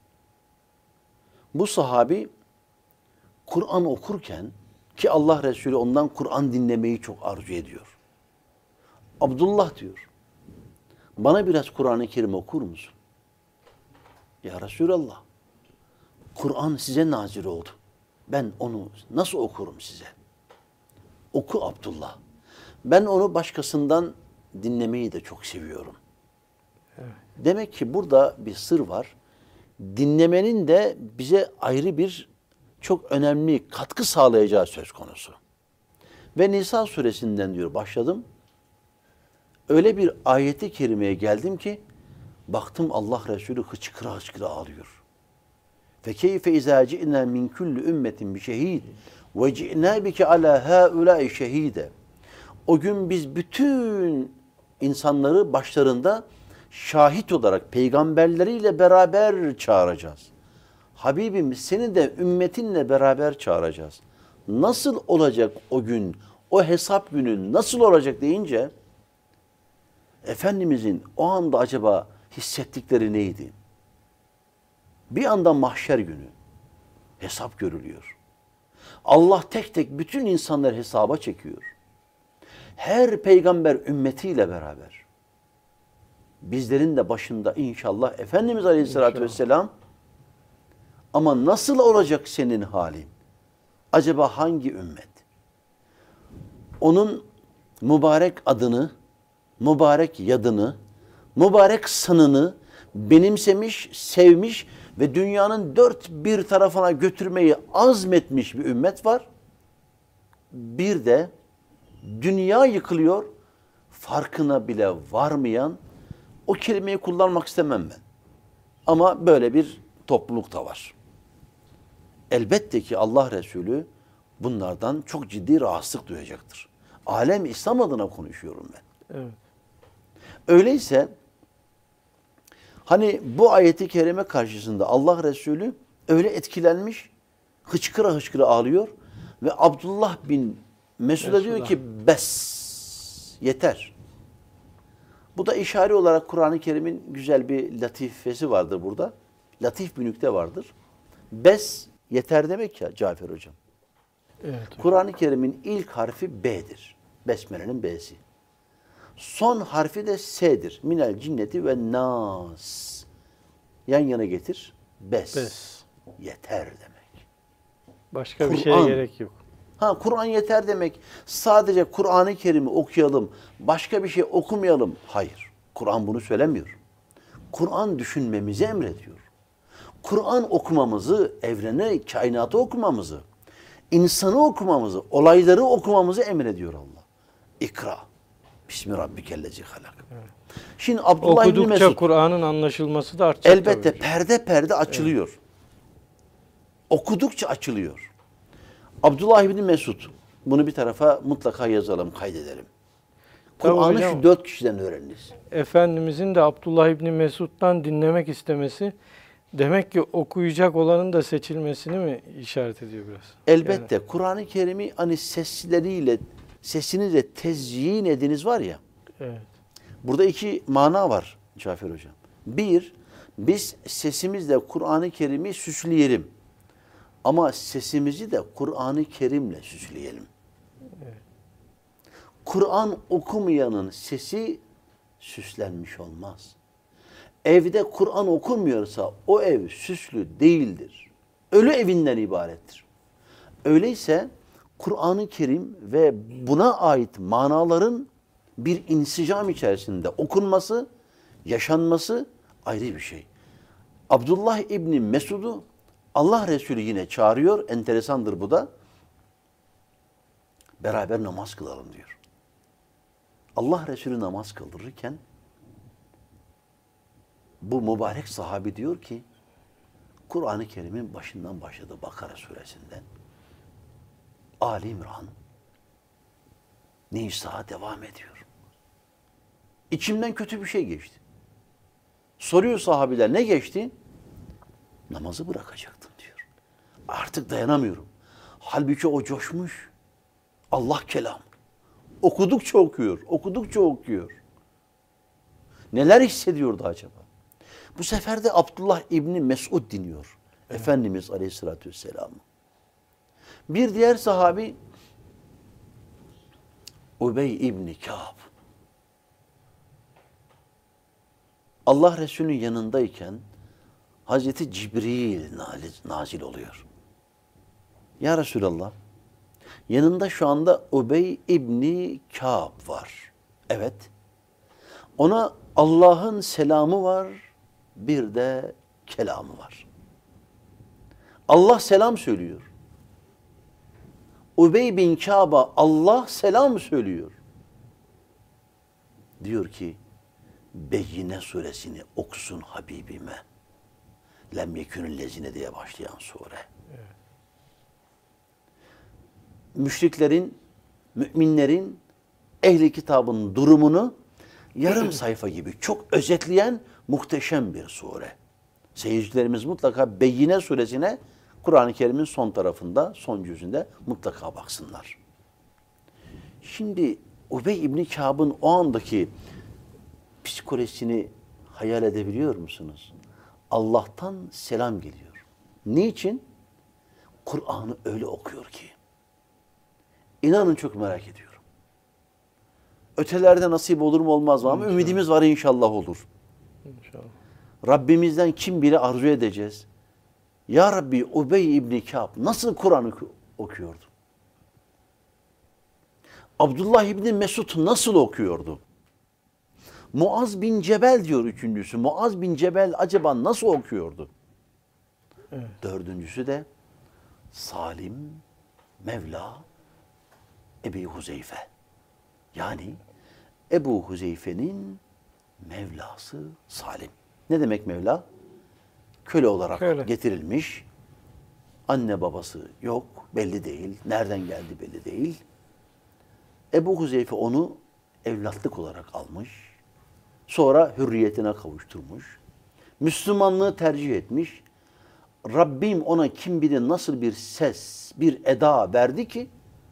Bu sahabi Kur'an okurken ki Allah Resulü ondan Kur'an dinlemeyi çok arzu ediyor. Abdullah diyor, bana biraz Kur'an-ı Kerim okur musun? Ya Resulallah, Kur'an size nazil oldu. Ben onu nasıl okurum size? Oku Abdullah. Ben onu başkasından dinlemeyi de çok seviyorum. Evet. Demek ki burada bir sır var. Dinlemenin de bize ayrı bir çok önemli katkı sağlayacağı söz konusu. Ve Nisa suresinden diyor başladım. Öyle bir ayeti kerimeye geldim ki baktım Allah Resulü hıçkıra hıçkıra ağlıyor. Fe keyfe izâ ci'nâ min kulli ümmetin bi şehîd ve ci'nâ bike alâ hâulâi şehîde. O gün biz bütün insanları başlarında şahit olarak peygamberleriyle beraber çağıracağız. Habibim seni de ümmetinle beraber çağıracağız. Nasıl olacak o gün, o hesap günü nasıl olacak deyince Efendimizin o anda acaba hissettikleri neydi? Bir anda mahşer günü hesap görülüyor. Allah tek tek bütün insanları hesaba çekiyor. Her peygamber ümmetiyle beraber. Bizlerin de başında inşallah Efendimiz Aleyhisselatü İnşallah. Vesselam. Ama nasıl olacak senin halin? Acaba hangi ümmet? Onun mübarek adını, mübarek yadını, mübarek sanını benimsemiş, sevmiş ve dünyanın dört bir tarafına götürmeyi azmetmiş bir ümmet var. Bir de dünya yıkılıyor, farkına bile varmayan, o kelimeyi kullanmak istemem ben. Ama böyle bir topluluk da var. Elbette ki Allah Resulü bunlardan çok ciddi rahatsızlık duyacaktır. Alem İslam adına konuşuyorum ben. Evet. Öyleyse hani bu ayeti kerime karşısında Allah Resulü öyle etkilenmiş, hıçkıra hıçkıra ağlıyor ve Abdullah bin Mesud'a diyor ki bes, yeter. Bu da işari olarak Kur'an-ı Kerim'in güzel bir latifesi vardır burada. Latif bir nükte vardır. Bes, yeter demek ya Cafer Hocam. Evet. Kur'an-ı Kerim'in ilk harfi B'dir. Besmele'nin B'si. Son harfi de S'dir. Minel cinneti ve nas. Yan yana getir. Bes. Bes. Yeter demek. Başka bir Kur'an. şeye gerek yok. Ha Kur'an yeter demek. Sadece Kur'an-ı Kerim'i okuyalım. Başka bir şey okumayalım. Hayır. Kur'an bunu söylemiyor. Kur'an düşünmemizi emrediyor. Kur'an okumamızı, evreni, kainatı okumamızı, insanı okumamızı, olayları okumamızı emrediyor Allah. İkra. Bismi rabbikellezi halak. Şimdi Abdullah İbni Okudukça Mesud Kur'an'ın anlaşılması da artacak. elbette tabii. perde perde açılıyor. Evet. Okudukça açılıyor. Abdullah İbni Mesud, bunu bir tarafa mutlaka yazalım, kaydedelim. Tabii Kur'an'ı hocam. şu dört kişiden öğreniriz. Efendimizin de Abdullah İbni Mesud'dan dinlemek istemesi demek ki okuyacak olanın da seçilmesini mi işaret ediyor biraz? Elbette Yani. Kur'an-ı Kerim'i hani sesleriyle, sesini de tezyin ediniz var ya. Evet. Burada iki mana var Cafer Hocam. Bir, biz sesimizle Kur'an-ı Kerim'i süsleyelim. Ama sesimizi de Kur'an-ı Kerim'le süsleyelim. Evet. Kur'an okumayanın sesi süslenmiş olmaz. Evde Kur'an okunmuyorsa o ev süslü değildir. Ölü evinden ibarettir. Öyleyse Kur'an-ı Kerim ve buna ait manaların bir insicam içerisinde okunması, yaşanması ayrı bir şey. Abdullah İbni Mesud'u Allah Resulü yine çağırıyor. Enteresandır bu da. Beraber namaz kılalım diyor. Allah Resulü namaz kıldırırken bu mübarek sahabi diyor ki Kur'an-ı Kerim'in başından başladı Bakara suresinden. Ali İmran, Nisa devam ediyor. İçimden kötü bir şey geçti. Soruyor sahabiler ne geçti? Namazı bırakacaktım diyor. Artık dayanamıyorum. Halbuki o coşmuş. Allah kelam. Okudukça okuyor, okudukça okuyor. Neler hissediyordu acaba? Bu sefer de Abdullah İbni Mesud dinliyor. Evet. Efendimiz Aleyhisselatü Vesselam. Bir diğer sahabi Ubey İbni Kâb. Allah Resulü'nün yanındayken Hazreti Cibril nazil oluyor. Ya Resulallah, yanında şu anda Ubey İbni Kâb var. Evet. Ona Allah'ın selamı var, bir de kelamı var. Allah selam söylüyor. Ubey bin Kâb'a Allah selam söylüyor. Diyor ki Beyyine suresini okusun Habibime. Lem yekünün lezine diye başlayan sure. Evet. Müşriklerin, müminlerin, ehli kitabın durumunu yarım sayfa gibi çok özetleyen muhteşem bir sure. Seyircilerimiz mutlaka Beyyine suresine Kur'an-ı Kerim'in son tarafında, son cüzünde mutlaka baksınlar. Şimdi Ubey İbni Kâb'ın o andaki psikolojisini hayal edebiliyor musunuz? Allah'tan selam geliyor. Niçin? Kur'an'ı öyle okuyor ki. İnanın çok merak ediyorum. Ötelerde nasip olur mu olmaz mı ama İnşallah. ümidimiz var inşallah olur. İnşallah. Rabbimizden kim biri arzu edeceğiz. Ya Rabbi Ubey İbni Kâb nasıl Kur'an'ı okuyordu? Abdullah İbni Mesud nasıl okuyordu? Muaz bin Cebel diyor üçüncüsü. Muaz bin Cebel acaba nasıl okuyordu? Evet. Dördüncüsü de Salim Mevla Ebi Huzeyfe. Yani Ebu Huzeyfe'nin Mevlası Salim. Ne demek Mevla? Köle olarak Köle. getirilmiş. Anne babası yok, belli değil. Nereden geldi belli değil. Ebu Huzeyfe onu evlatlık olarak almış. Sonra hürriyetine kavuşturmuş. Müslümanlığı tercih etmiş. Rabbim ona kim bilir nasıl bir ses, bir eda verdi ki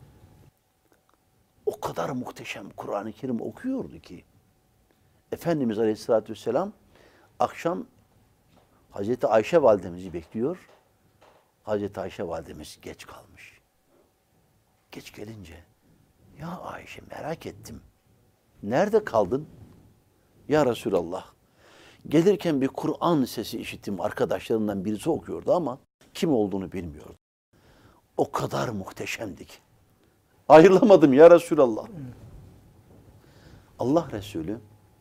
o kadar muhteşem Kur'an-ı Kerim okuyordu ki Efendimiz Aleyhisselatü Vesselam akşam Hazreti Ayşe validemizi bekliyor. Hazreti Ayşe validemiz geç kalmış. Geç gelince ya Ayşe merak ettim. Nerede kaldın? Ya Resulallah. Gelirken bir Kur'an sesi işittim. Arkadaşlarımdan birisi okuyordu ama kim olduğunu bilmiyordum. O kadar muhteşemdi ki. Ayrılamadım ya Resulallah. Allah Resulü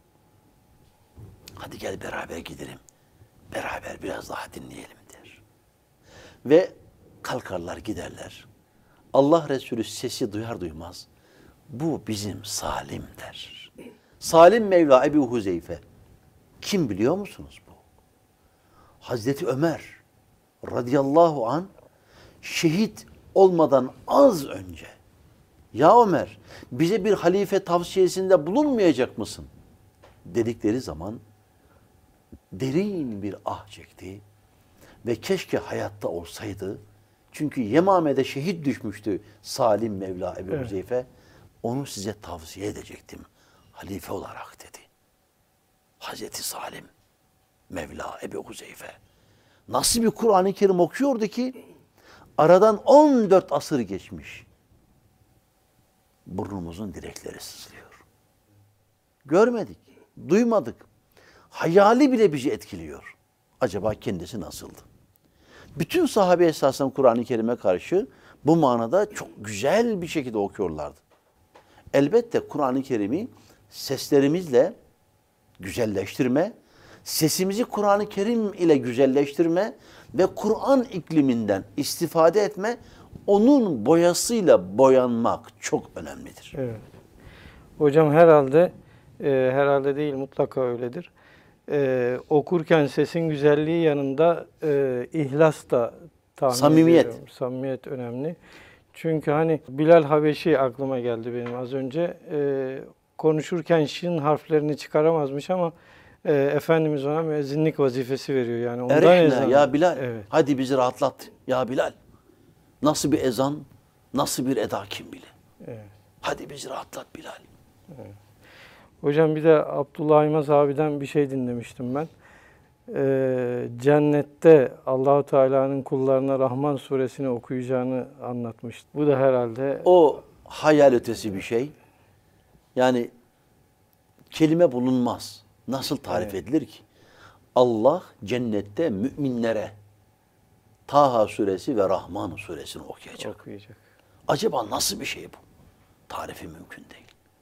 hadi gel beraber gidelim. Beraber biraz daha dinleyelim der. Ve kalkarlar giderler. Allah Resulü sesi duyar duymaz. Bu bizim Salim der. Salim Mevla Ebu Huzeyfe. Kim biliyor musunuz bu? Hazreti Ömer radıyallahu an şehit olmadan az önce ya Ömer bize bir halife tavsiyesinde bulunmayacak mısın? Dedikleri zaman derin bir ah çekti ve keşke hayatta olsaydı. Çünkü Yemame'de şehit düşmüştü Salim Mevla Ebu evet. Huzeyfe. Onu size tavsiye edecektim halife olarak dedi. Hazreti Salim Mevla Ebu Huzeyfe nasıl bir Kur'an-ı Kerim okuyordu ki aradan on dört asır geçmiş. Burnumuzun direkleri sızlıyor. Görmedik, duymadık. Hayali bile bizi etkiliyor. Acaba kendisi nasıldı? Bütün sahabe esasen Kur'an-ı Kerim'e karşı bu manada çok güzel bir şekilde okuyorlardı. Elbette Kur'an-ı Kerim'i seslerimizle güzelleştirme, sesimizi Kur'an-ı Kerim ile güzelleştirme ve Kur'an ikliminden istifade etme, onun boyasıyla boyanmak çok önemlidir. Evet. Hocam herhalde, e, herhalde değil mutlaka öyledir. E, okurken sesin güzelliği yanında e, ihlas da tahmin Samimiyet. ediyorum. Samimiyet önemli. Çünkü hani Bilal Habeşi aklıma geldi benim az önce. E, konuşurken şin harflerini çıkaramazmış ama e, Efendimiz ona müezzinlik vazifesi veriyor. Yani ondan Erehne ezan. ya Bilal, evet. hadi bizi rahatlat ya Bilal. Nasıl bir ezan, nasıl bir eda kim bilir. Evet. Hadi bizi rahatlat Bilal. Evet. Hocam bir de Abdullah Aymaz abiden bir şey dinlemiştim ben. Ee, cennette Allahu Teala'nın kullarına Rahman suresini okuyacağını anlatmıştı. Bu da herhalde... O hayal ötesi bir şey. Yani kelime bulunmaz. Nasıl tarif evet. edilir ki? Allah cennette müminlere Taha suresi ve Rahman suresini okuyacak. Okuyacak. Acaba nasıl bir şey bu? Tarifi mümkün değil.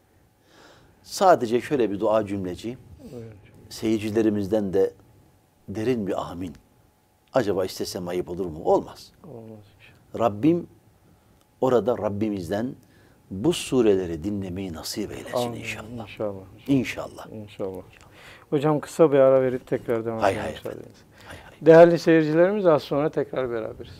Sadece şöyle bir dua cümleci, evet. seyircilerimizden de derin bir amin. Acaba istesem ayıp olur mu? Olmaz. Olmaz. Rabbim orada Rabbimizden bu sureleri dinlemeyi nasip eylesin Amin. inşallah. İnşallah. İnşallah. İnşallah. Hocam kısa bir ara verip tekrar devam Hay edelim. hay müsaadenizle. efendim. Hay hay. Değerli seyircilerimiz, az sonra tekrar beraberiz.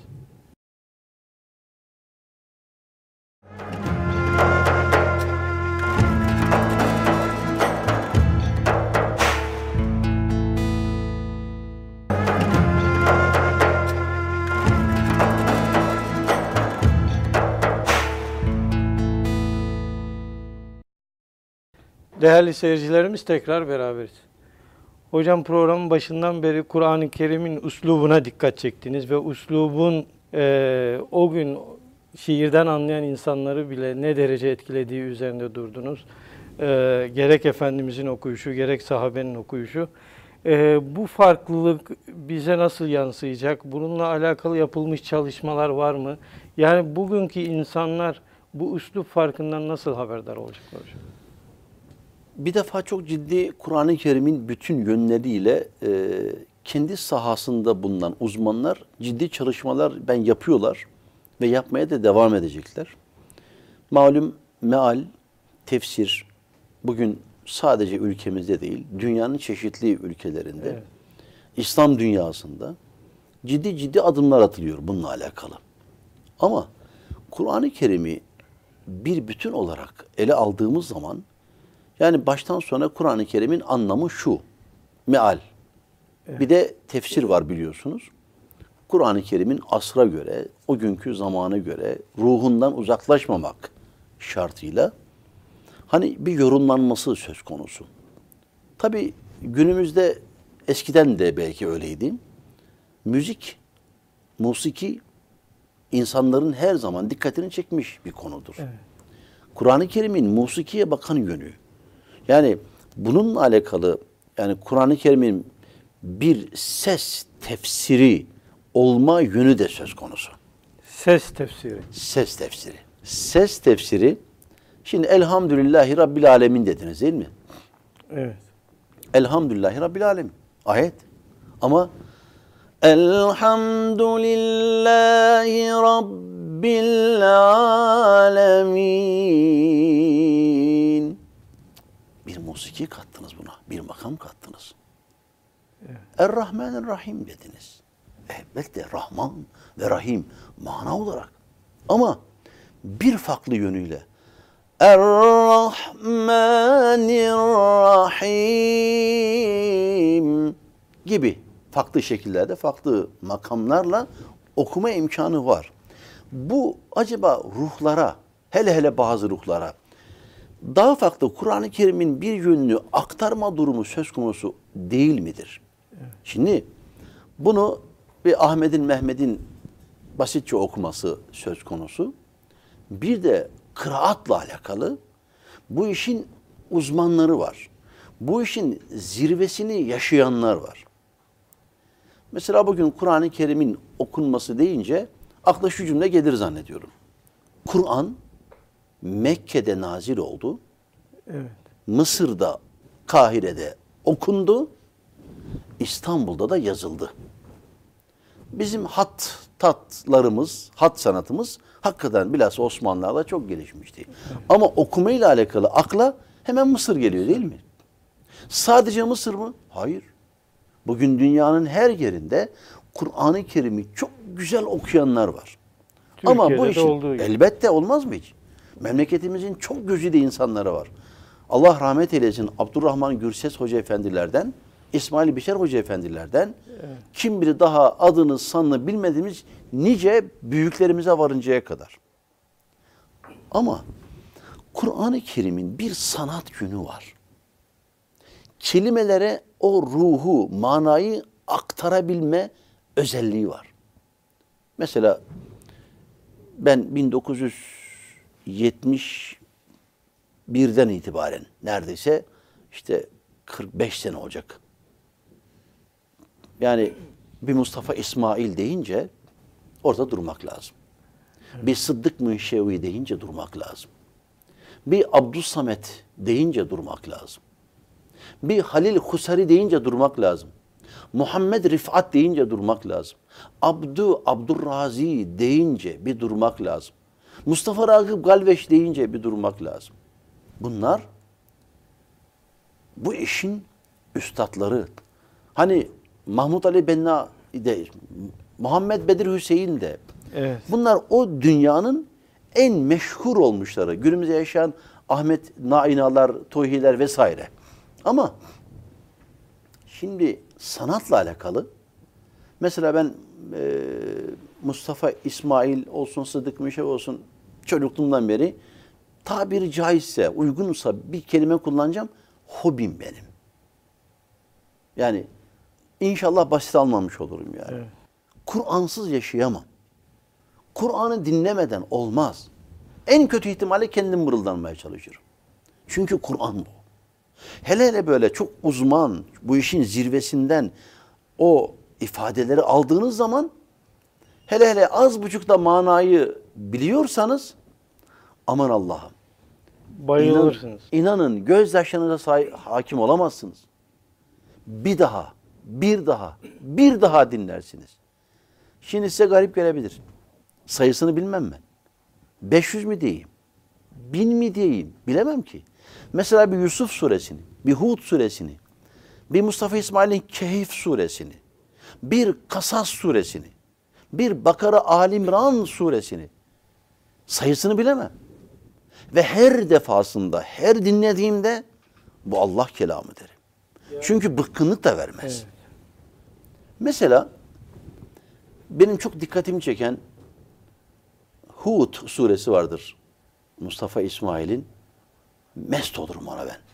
Değerli seyircilerimiz, tekrar beraberiz. Hocam, programın başından beri Kur'an-ı Kerim'in üslubuna dikkat çektiniz ve üslubun e, o gün şiirden anlayan insanları bile ne derece etkilediği üzerinde durdunuz. E, gerek Efendimizin okuyuşu, gerek sahabenin okuyuşu. E, bu farklılık bize nasıl yansıyacak? Bununla alakalı yapılmış çalışmalar var mı? Yani bugünkü insanlar bu üslup farkından nasıl haberdar olacaklar hocam? Bir defa çok ciddi Kur'an-ı Kerim'in bütün yönleriyle e, kendi sahasında bulunan uzmanlar ciddi çalışmalar ben yapıyorlar ve yapmaya da devam edecekler. Malum meal, tefsir bugün sadece ülkemizde değil, dünyanın çeşitli ülkelerinde, evet, İslam dünyasında ciddi ciddi adımlar atılıyor bununla alakalı. Ama Kur'an-ı Kerim'i bir bütün olarak ele aldığımız zaman, yani baştan sona Kur'an-ı Kerim'in anlamı şu, meal. Evet. Bir de tefsir var biliyorsunuz. Kur'an-ı Kerim'in asra göre, o günkü zamana göre ruhundan uzaklaşmamak şartıyla hani bir yorumlanması söz konusu. Tabii günümüzde eskiden de belki öyleydi. Müzik, musiki insanların her zaman dikkatini çekmiş bir konudur. Evet. Kur'an-ı Kerim'in musikiye bakan yönü. Yani bununla alakalı, yani Kur'an-ı Kerim'in bir ses tefsiri olma yönü de söz konusu. Ses tefsiri. Ses tefsiri. Ses tefsiri, şimdi Elhamdülillahi Rabbil Alemin dediniz değil mi? Evet. Elhamdülillahi Rabbil Alemin. Ayet. Ama Elhamdülillahi Rabbil Alemin. Bir musiki kattınız buna. Bir makam kattınız. Evet. Er-Rahmanir-Rahim dediniz. Elbette Rahman ve Rahim mana olarak. Ama bir farklı yönüyle Er-Rahmanir-Rahim gibi farklı şekillerde, farklı makamlarla okuma imkanı var. Bu acaba ruhlara, hele hele bazı ruhlara daha farklı Kur'an-ı Kerim'in bir yönünü aktarma durumu söz konusu değil midir? Evet. Şimdi bunu bir Ahmet'in, Mehmet'in basitçe okuması söz konusu. Bir de kıraatla alakalı bu işin uzmanları var. Bu işin zirvesini yaşayanlar var. Mesela bugün Kur'an-ı Kerim'in okunması deyince akla şu cümle gelir zannediyorum. Kur'an Mekke'de nazil oldu. Evet. Mısır'da, Kahire'de okundu. İstanbul'da da yazıldı. Bizim hat tatlarımız, hat sanatımız hakikaten bilhassa Osmanlılarla çok gelişmişti. Evet. Ama okumayla alakalı akla hemen Mısır geliyor değil mi? Sadece Mısır mı? Hayır. Bugün dünyanın her yerinde Kur'an-ı Kerim'i çok güzel okuyanlar var. Türkiye'de ama bu işin elbette olmaz mı hiç? Memleketimizin çok güzide insanları var. Allah rahmet eylesin Abdurrahman Gürses Hoca Efendilerden, İsmail Bişer Hoca Efendilerden, evet, kim bilir daha adını sanını bilmediğimiz nice büyüklerimize varıncaya kadar. Ama Kur'an-ı Kerim'in bir sanat yönü var. Kelimelere o ruhu, manayı aktarabilme özelliği var. Mesela ben bin dokuz yüz yetmiş birden itibaren neredeyse işte kırk beş sene olacak. Yani bir Mustafa İsmail deyince orada durmak lazım. Bir Sıddık Münşevi deyince durmak lazım. Bir Abdüssamet deyince durmak lazım. Bir Halil Husari deyince durmak lazım. Muhammed Rifat deyince durmak lazım. Abdü Abdurrazi deyince bir durmak lazım. Mustafa Ragıp Galveç deyince bir durmak lazım. Bunlar bu işin üstadları. Hani Mahmut Ali Benna de, Muhammed Bedir Hüseyin de. Evet. Bunlar o dünyanın en meşhur olmuşları. Günümüzde yaşayan Ahmet Nainalar, Tuhiler vesaire. Ama şimdi sanatla alakalı mesela ben e, Mustafa İsmail olsun, Sıdık Mişev olsun çocukluğumdan beri tabiri caizse, uygunsa bir kelime kullanacağım. Hobim benim. Yani inşallah basit almamış olurum yani. Evet. Kur'ansız yaşayamam. Kur'an'ı dinlemeden olmaz. En kötü ihtimalle kendim mırıldanmaya çalışırım. Çünkü Kur'an bu. Hele hele böyle çok uzman, bu işin zirvesinden o ifadeleri aldığınız zaman, hele hele az buçuk da manayı biliyorsanız, aman Allah'ım. Bayılırsınız. İnan, inanın gözyaşlarınıza say- hakim olamazsınız. Bir daha, bir daha, bir daha dinlersiniz. Şimdi size garip gelebilir. Sayısını bilmem ben. beş yüz mü diyeyim? bin mi diyeyim? Bilemem ki. Mesela bir Yusuf suresini, bir Hud suresini, bir Mustafa İsmail'in Kehf suresini, bir Kasas suresini, bir Bakara Ali İmran suresini sayısını bilemem. Ve her defasında, her dinlediğimde bu Allah kelamı derim. Ya. Çünkü bıkkınlık da vermez. Evet. Mesela benim çok dikkatimi çeken Hud suresi vardır. Mustafa İsmail'in. Mest olurum ona ben.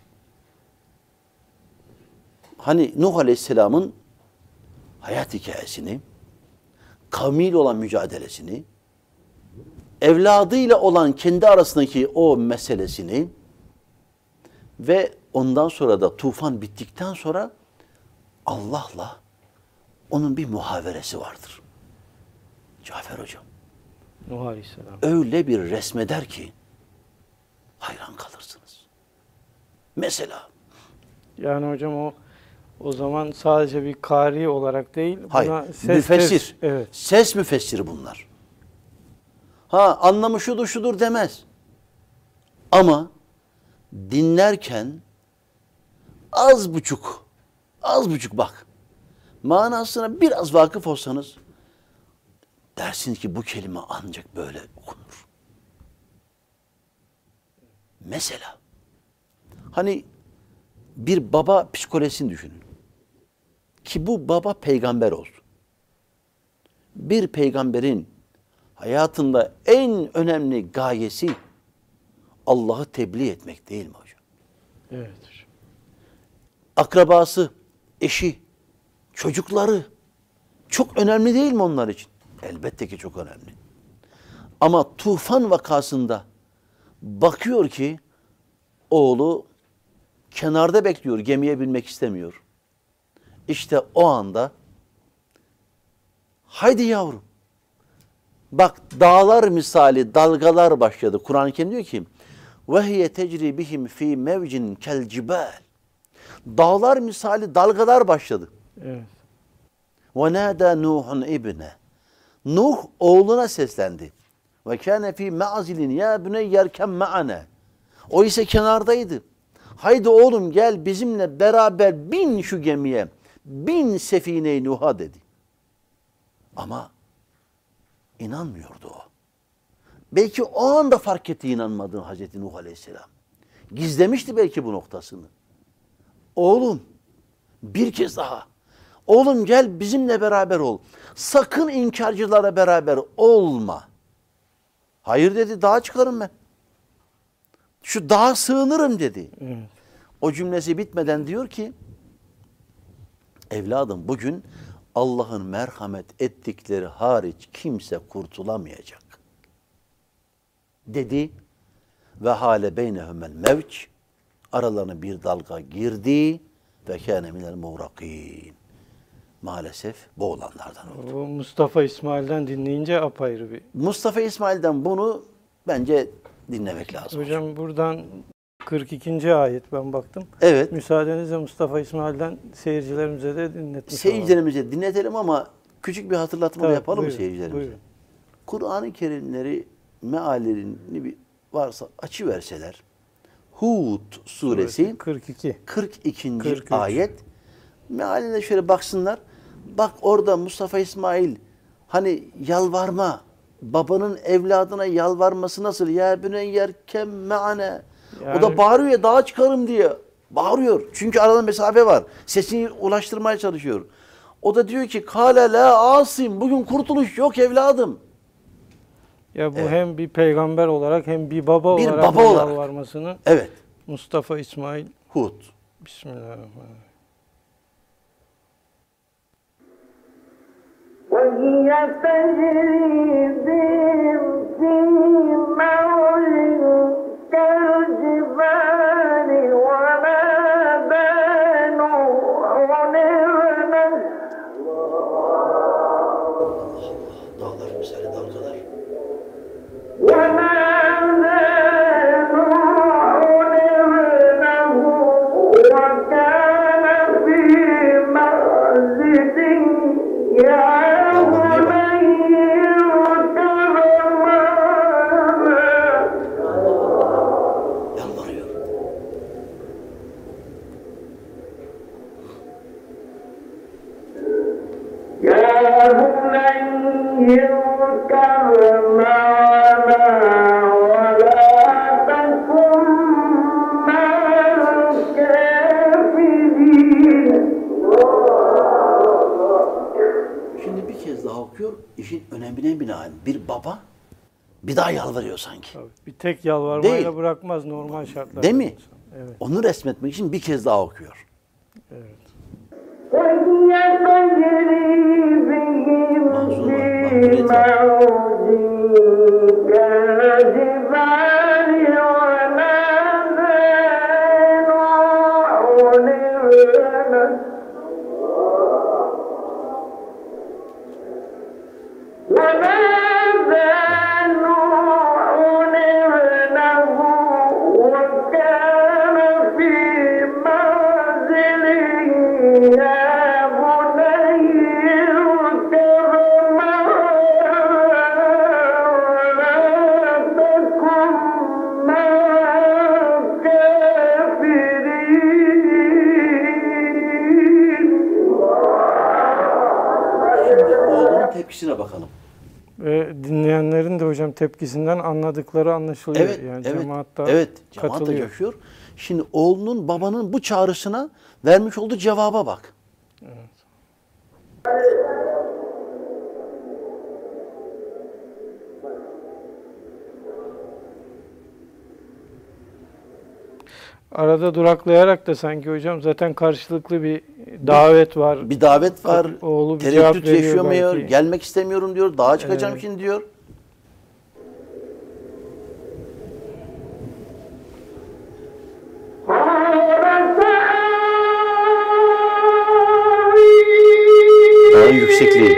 Hani Nuh Aleyhisselam'ın hayat hikayesini, kavmiyle olan mücadelesini, evladıyla olan kendi arasındaki o meselesini ve ondan sonra da tufan bittikten sonra Allah'la onun bir muhaveresi vardır. Cafer Hocam. Nuh Aleyhisselam. Öyle bir resmeder ki hayran kalırsınız. Mesela. Yani hocam o o zaman sadece bir kari olarak değil, hayır, buna ses müfessir. Ses, evet. Ses müfessiri bunlar. Ha anlamı şudur şudur demez. Ama dinlerken az buçuk, az buçuk bak, manasına biraz vakıf olsanız dersiniz ki bu kelime ancak böyle okunur. Mesela hani bir baba psikolojisini düşünün. Ki bu baba peygamber olsun. Bir peygamberin hayatında en önemli gayesi Allah'ı tebliğ etmek değil mi hocam? Evet hocam. Akrabası, eşi, çocukları çok önemli değil mi onlar için? Elbette ki çok önemli. Ama tufan vakasında bakıyor ki oğlu kenarda bekliyor, gemiye binmek istemiyor. İşte o anda haydi yavrum. Bak dağlar misali dalgalar başladı. Kur'an-ı Kerim diyor ki وَهِيَ تَجْرِي بِهِمْ ف۪ي مَوْجٍ كَالْجِبَالِ Dağlar misali dalgalar başladı. Evet. وَنَادَى نُوحٌ اِبْنَ Nuh oğluna seslendi. وَكَانَ ف۪ي مَعْزِلٍ يَا بُنَيْ يَرْكَمْ مَعَنَا O ise kenardaydı. Haydi oğlum gel bizimle beraber bin şu gemiye. Bin sefine-i Nuh'a dedi. Ama inanmıyordu o. Belki o anda fark etti inanmadığını Hazreti Nuh Aleyhisselam. Gizlemişti belki bu noktasını. Oğlum bir kez daha. Oğlum gel bizimle beraber ol. Sakın inkarcılara beraber olma. Hayır dedi, dağa çıkarım ben. Şu dağa sığınırım dedi. Evet. O cümlesi bitmeden diyor ki evladım bugün Allah'ın merhamet ettikleri hariç kimse kurtulamayacak. Dedi ve hale beynehumel mevç aralarına bir dalga girdi ve kâne minel muğrakîn. Maalesef boğulanlardan oldu. O Mustafa İsmail'den dinleyince apayrı bir. Mustafa İsmail'den bunu bence dinlemek lazım. Hocam, hocam. buradan kırk ikinci ayet ben baktım. Evet. Müsaadenizle Mustafa İsmail'den seyircilerimize de dinletmiş Seyircilerimize olalım. Dinletelim ama küçük bir hatırlatma Tabii, yapalım buyurun, mı seyircilerimize? Buyurun. Kur'an-ı Kerimleri meallerini bir varsa açıverseler. Hud suresi kırk iki. kırk ikinci kırk üç. ayet. Mealine şöyle baksınlar. Bak orada Mustafa İsmail hani yalvarma, babanın evladına yalvarması nasıl? Ya büneyyerkem me'ane. Yani- O da bağırıyor ya, dağa çıkarım diye. Bağırıyor. Çünkü arada mesafe var. Sesini ulaştırmaya çalışıyor. O da diyor ki kâle la asim. Bugün kurtuluş yok evladım. Ya bu Evet. hem bir peygamber olarak hem bir baba Bir olarak baba bu olarak. yalvarmasını Evet. Mustafa İsmail Hud. Bismillahirrahmanirrahim. وهي تجري بهم في موج كالجبال ونادى نوح ابنه Dağlar misali dalgalar. ونادى نوح ابنه وكان في معزل يا بني اركب معنا Yalvarıyor. يا بني اركب معنا ولا تكن مع الكافرين Şimdi bir kez daha okuyor. İşin önemine binaen bir baba bir daha yalvarıyor sanki. Tabii. Bir tek yalvarmayla Değil. bırakmaz normal şartlarda. Değil mi? Evet. Onu resmetmek için bir kez daha okuyor. Evet. وهي تجري بهم في موج كالجبال ونادى نوح ابنه ونادى نوح ابنه وكان في معزل يا بني اركب معنا ولا تكن مع الكافرين Şimdi oğlunun tepkisine bakalım. Ve dinleyenlerin de hocam tepkisinden anladıkları anlaşılıyor. Evet, yani evet, cemaat da evet. Cemaat da katılıyor. coşuyor. Şimdi oğlunun babanın bu çağrısına vermiş olduğu cevaba bak. Arada duraklayarak da sanki hocam zaten karşılıklı bir davet var. Bir davet var. Oğlu bir cevap Tereddüt veriyor yaşamıyor. belki. Gelmek istemiyorum diyor. Dağa çıkacağım Evet. şimdi diyor. Dağın yüksekliği.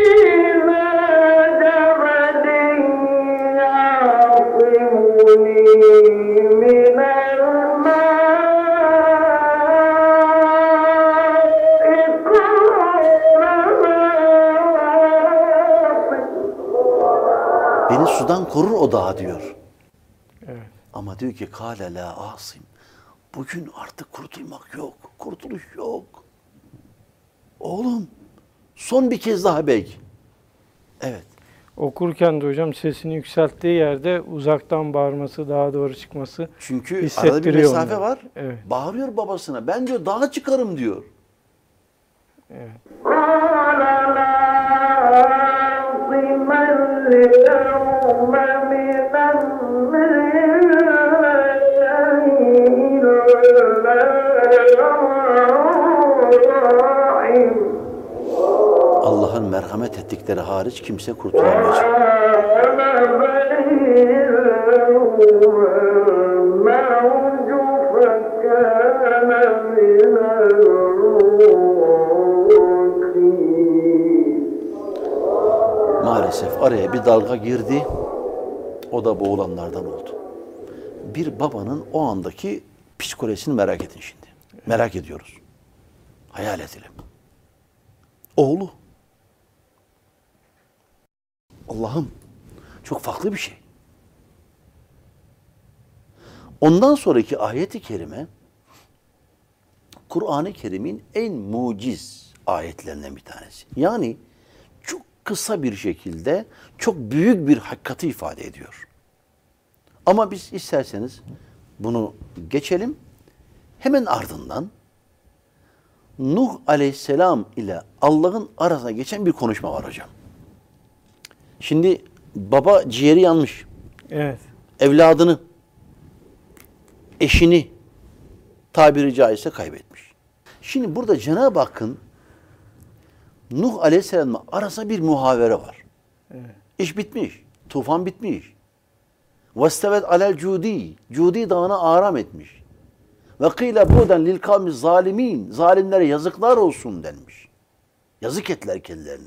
Beni sudan korur o dağ diyor. Evet. Ama diyor ki kâle la asim. Bugün artık kurtulmak yok. Kurtuluş yok. Oğlum son bir kez daha bek. Evet. Okurken de hocam sesini yükselttiği yerde uzaktan bağırması, daha doğru çıkması Çünkü arada bir hissettiriyor mesafe onu. var. Evet. Bağırıyor babasına. Ben diyor dağa çıkarım diyor. Evet. قال لا عاصم اليوم من أمر الله إلا الراحم Allah'ın merhamet ettikleri hariç kimse kurtulamayacak. قال بينهما الموج فكان من المغرقين Maalesef araya bir dalga girdi. O da boğulanlardan oldu. Bir babanın o andaki psikolojisini merak edin şimdi. Merak ediyoruz. Hayal edelim. Oğlu. Allah'ım çok farklı bir şey. Ondan sonraki ayet-i kerime Kur'an-ı Kerim'in en muciz ayetlerinden bir tanesi. Yani çok kısa bir şekilde çok büyük bir hakikati ifade ediyor. Ama biz isterseniz bunu geçelim. Hemen ardından Nuh Aleyhisselam ile Allah'ın arasına geçen bir konuşma var hocam. Şimdi baba ciğeri yanmış. Evet. Evladını, eşini tabiri caizse kaybetmiş. Şimdi burada Cenab-ı Hakk'ın Nuh Aleyhisselam'la arasında bir muhavere var. Evet. İş bitmiş. Tufan bitmiş. Vestevet alel cudi. Cudi dağına aram etmiş. Ve kıyle bu'den lil kavmi zalimin. Zalimlere yazıklar olsun denmiş. Yazık ettiler kendilerine.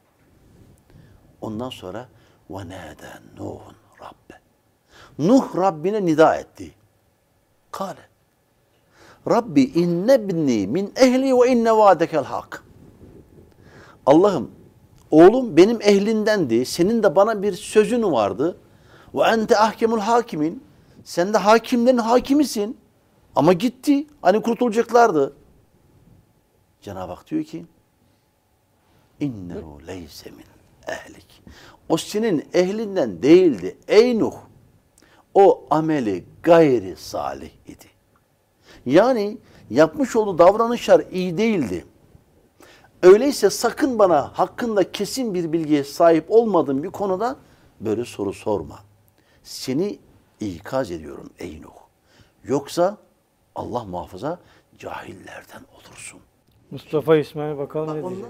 Ondan sonra ve nâden Nuhun Rabbe. Nuh Rabbine nida etti. Kale. Rabbi innebni min ehli ve inne vaadekel hak. Allah'ım oğlum benim ehlindendi. Senin de bana bir sözün vardı. Ve ente ahkemul hakimin. Sen de hakimlerin hakimisin. Ama gitti. Hani kurtulacaklardı. Cenab-ı Hak diyor ki innehu leyse min ehlik. O senin ehlinden değildi ey Nuh. O ameli gayri salih idi. Yani yapmış olduğu davranışlar iyi değildi. Öyleyse sakın bana hakkında kesin bir bilgiye sahip olmadığım bir konuda böyle soru sorma. Seni ikaz ediyorum ey Nuh. Yoksa Allah muhafaza cahillerden olursun. Mustafa İsmail bakalım ne diyecek.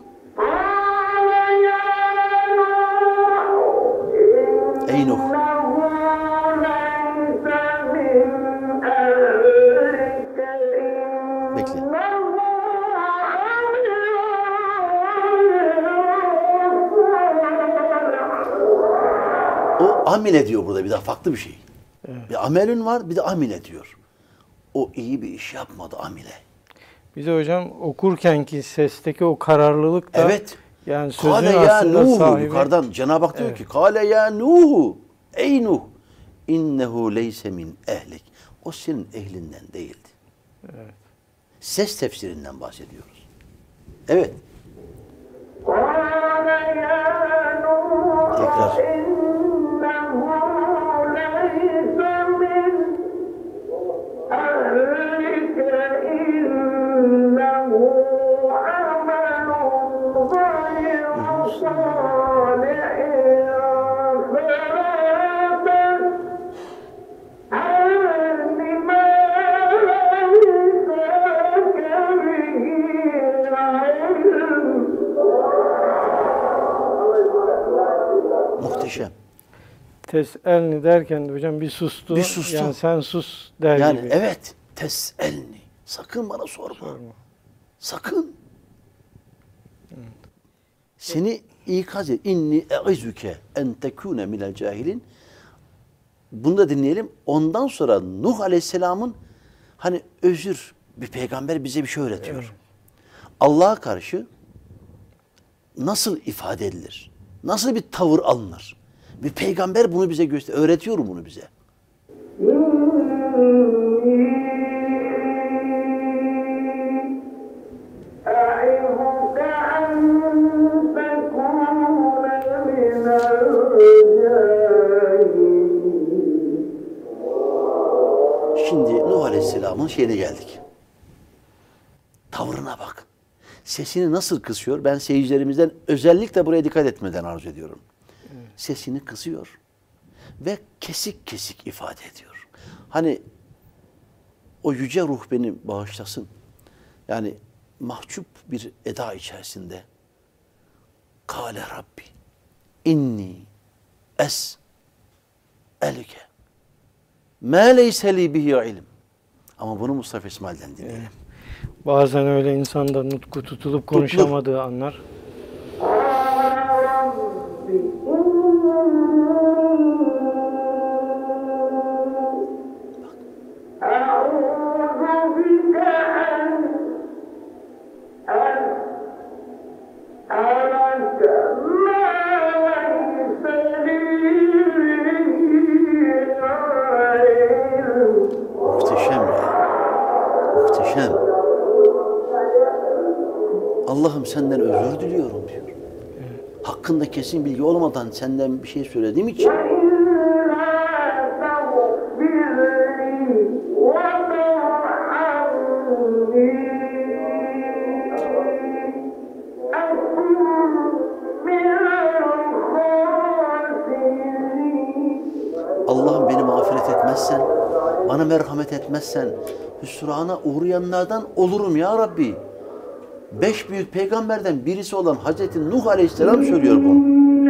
Ey Nuh. Bekle. O amile diyor burada bir daha farklı bir şey. Evet. Bir amelün var bir de amile diyor. O iyi bir iş yapmadı amile. Bize hocam okurkenki sesteki o kararlılık da Evet. yani sözün Kale ya aslında Nuh. sahibi. Yukarıdan Cenab-ı Hak diyor Evet. ki Kale ya Nuh. Ey Nuh. İnnehu leyse min ehlik. O senin ehlinden değildi. Evet. Ses tefsirinden bahsediyoruz. Evet. Tekrar. Muhteşem. Tes'elni derken de hocam bir sustu. Bir sustu. Yani sen sus der Yani gibi. evet. Tes'elni. Sakın bana sorma. Sorma. Sakın. Seni ikaz et. İnni e'izuke en tekune minel cahilin. Bunu da dinleyelim. Ondan sonra Nuh Aleyhisselam'ın hani özür, bir peygamber bize bir şey öğretiyor. Evet. Allah'a karşı nasıl ifade edilir? Nasıl bir tavır alınır? Bir peygamber bunu bize gösteriyor. Öğretiyor bunu bize. Şimdi Nuh Aleyhisselam'ın şeyine geldik. Tavrına bak. Sesini nasıl kısıyor? Ben seyircilerimizden özellikle buraya dikkat etmeden arzu ediyorum. Evet. Sesini kısıyor ve kesik kesik ifade ediyor. Hani o yüce ruh beni bağışlasın. Yani mahcup bir eda içerisinde Kâle Rabbi inni es elke mâ leyse li bihi ilim. Ama bunu Mustafa İsmail'den dinleyelim. Evet. Bazen öyle insanda nutku tutulup konuşamadığı anlar. Allah'ım senden özür diliyorum diyor. Hakkında kesin bilgi olmadan senden bir şey söylediğim için Allah'ım beni mağfiret etmezsen, bana merhamet etmezsen hüsrana uğrayanlardan olurum ya Rabbi. Beş büyük peygamberden birisi olan Hazreti Nuh Aleyhisselam söylüyor bunu.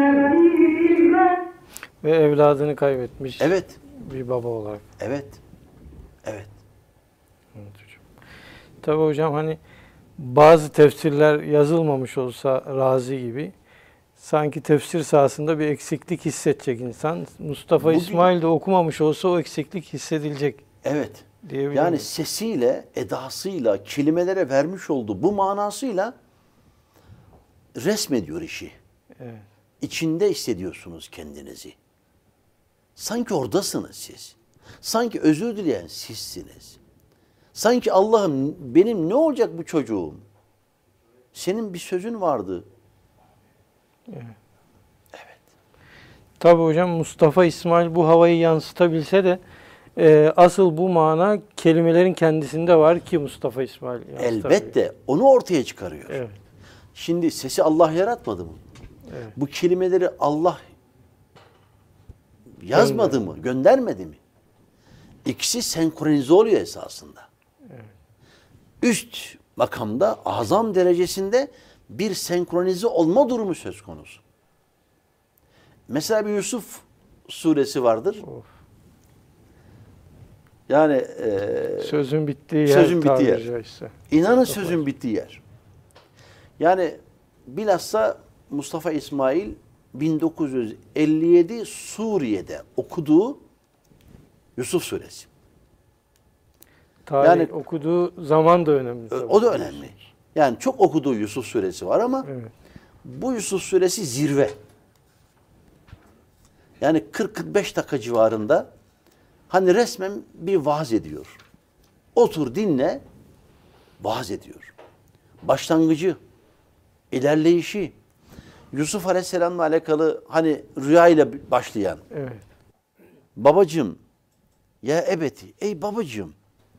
Ve evladını kaybetmiş Evet. bir baba olarak. Evet. Evet. Evet hocam. Tabii hocam hani bazı tefsirler yazılmamış olsa Razi gibi sanki tefsir sahasında bir eksiklik hissedecek insan. Mustafa Bugün- İsmail de okumamış olsa o eksiklik hissedilecek Evet. diyebilirim. Yani sesiyle, edasıyla, kelimelere vermiş olduğu bu manasıyla resmediyor işi. Evet. İçinde hissediyorsunuz kendinizi. Sanki oradasınız siz. Sanki özür dileyen sizsiniz. Sanki Allah'ım benim ne olacak bu çocuğum? Senin bir sözün vardı. Tabii hocam Mustafa İsmail bu havayı yansıtabilse de e, asıl bu mana kelimelerin kendisinde var ki Mustafa İsmail yansıtabiliyor. Elbette onu ortaya çıkarıyor. Evet. Şimdi sesi Allah yaratmadı mı? Evet. Bu kelimeleri Allah yazmadı mı? Göndermedi mi? İkisi senkronize oluyor esasında. Evet. Üst makamda, azam derecesinde bir senkronize olma durumu söz konusu. Mesela bir Yusuf suresi vardır. Of. Yani e, Sözün bittiği yer. Sözün bittiği yer. tabiri caizse. inanın sözün bittiği yer. Yani bilhassa Mustafa İsmail bin dokuz yüz elli yedi Suriye'de okuduğu Yusuf suresi. Tarih Yani- okuduğu zaman da önemli. tabii. O da önemli. Yani çok okuduğu Yusuf suresi var ama Evet. bu Yusuf suresi zirve. Yani kırk kırk beş dakika civarında hani resmen bir vaaz ediyor. Otur dinle, vaaz ediyor. Başlangıcı, ilerleyişi, Yusuf Aleyhisselam'la alakalı hani rüya ile başlayan. Evet. Babacığım, ya ebeti, ey babacığım,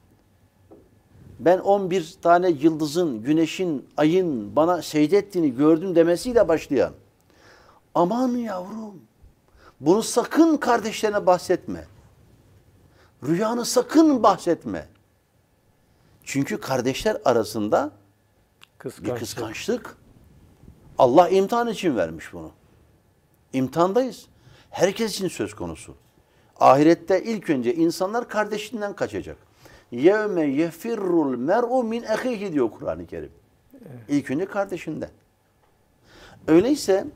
ben on bir tane yıldızın, güneşin, ayın bana secde ettiğini gördüm demesiyle başlayan. Aman yavrum, bunu sakın kardeşlerine bahsetme. Rüyanı sakın bahsetme. Çünkü kardeşler arasında bir Kıskançlık. kıskançlık. Allah imtihan için vermiş bunu. İmtihandayız. Herkes için söz konusu. Ahirette ilk önce insanlar kardeşinden kaçacak. Yevme yefirrul mer'u min ehihi diyor Kur'an-ı Kerim. İlk önce kardeşinden. Öyleyse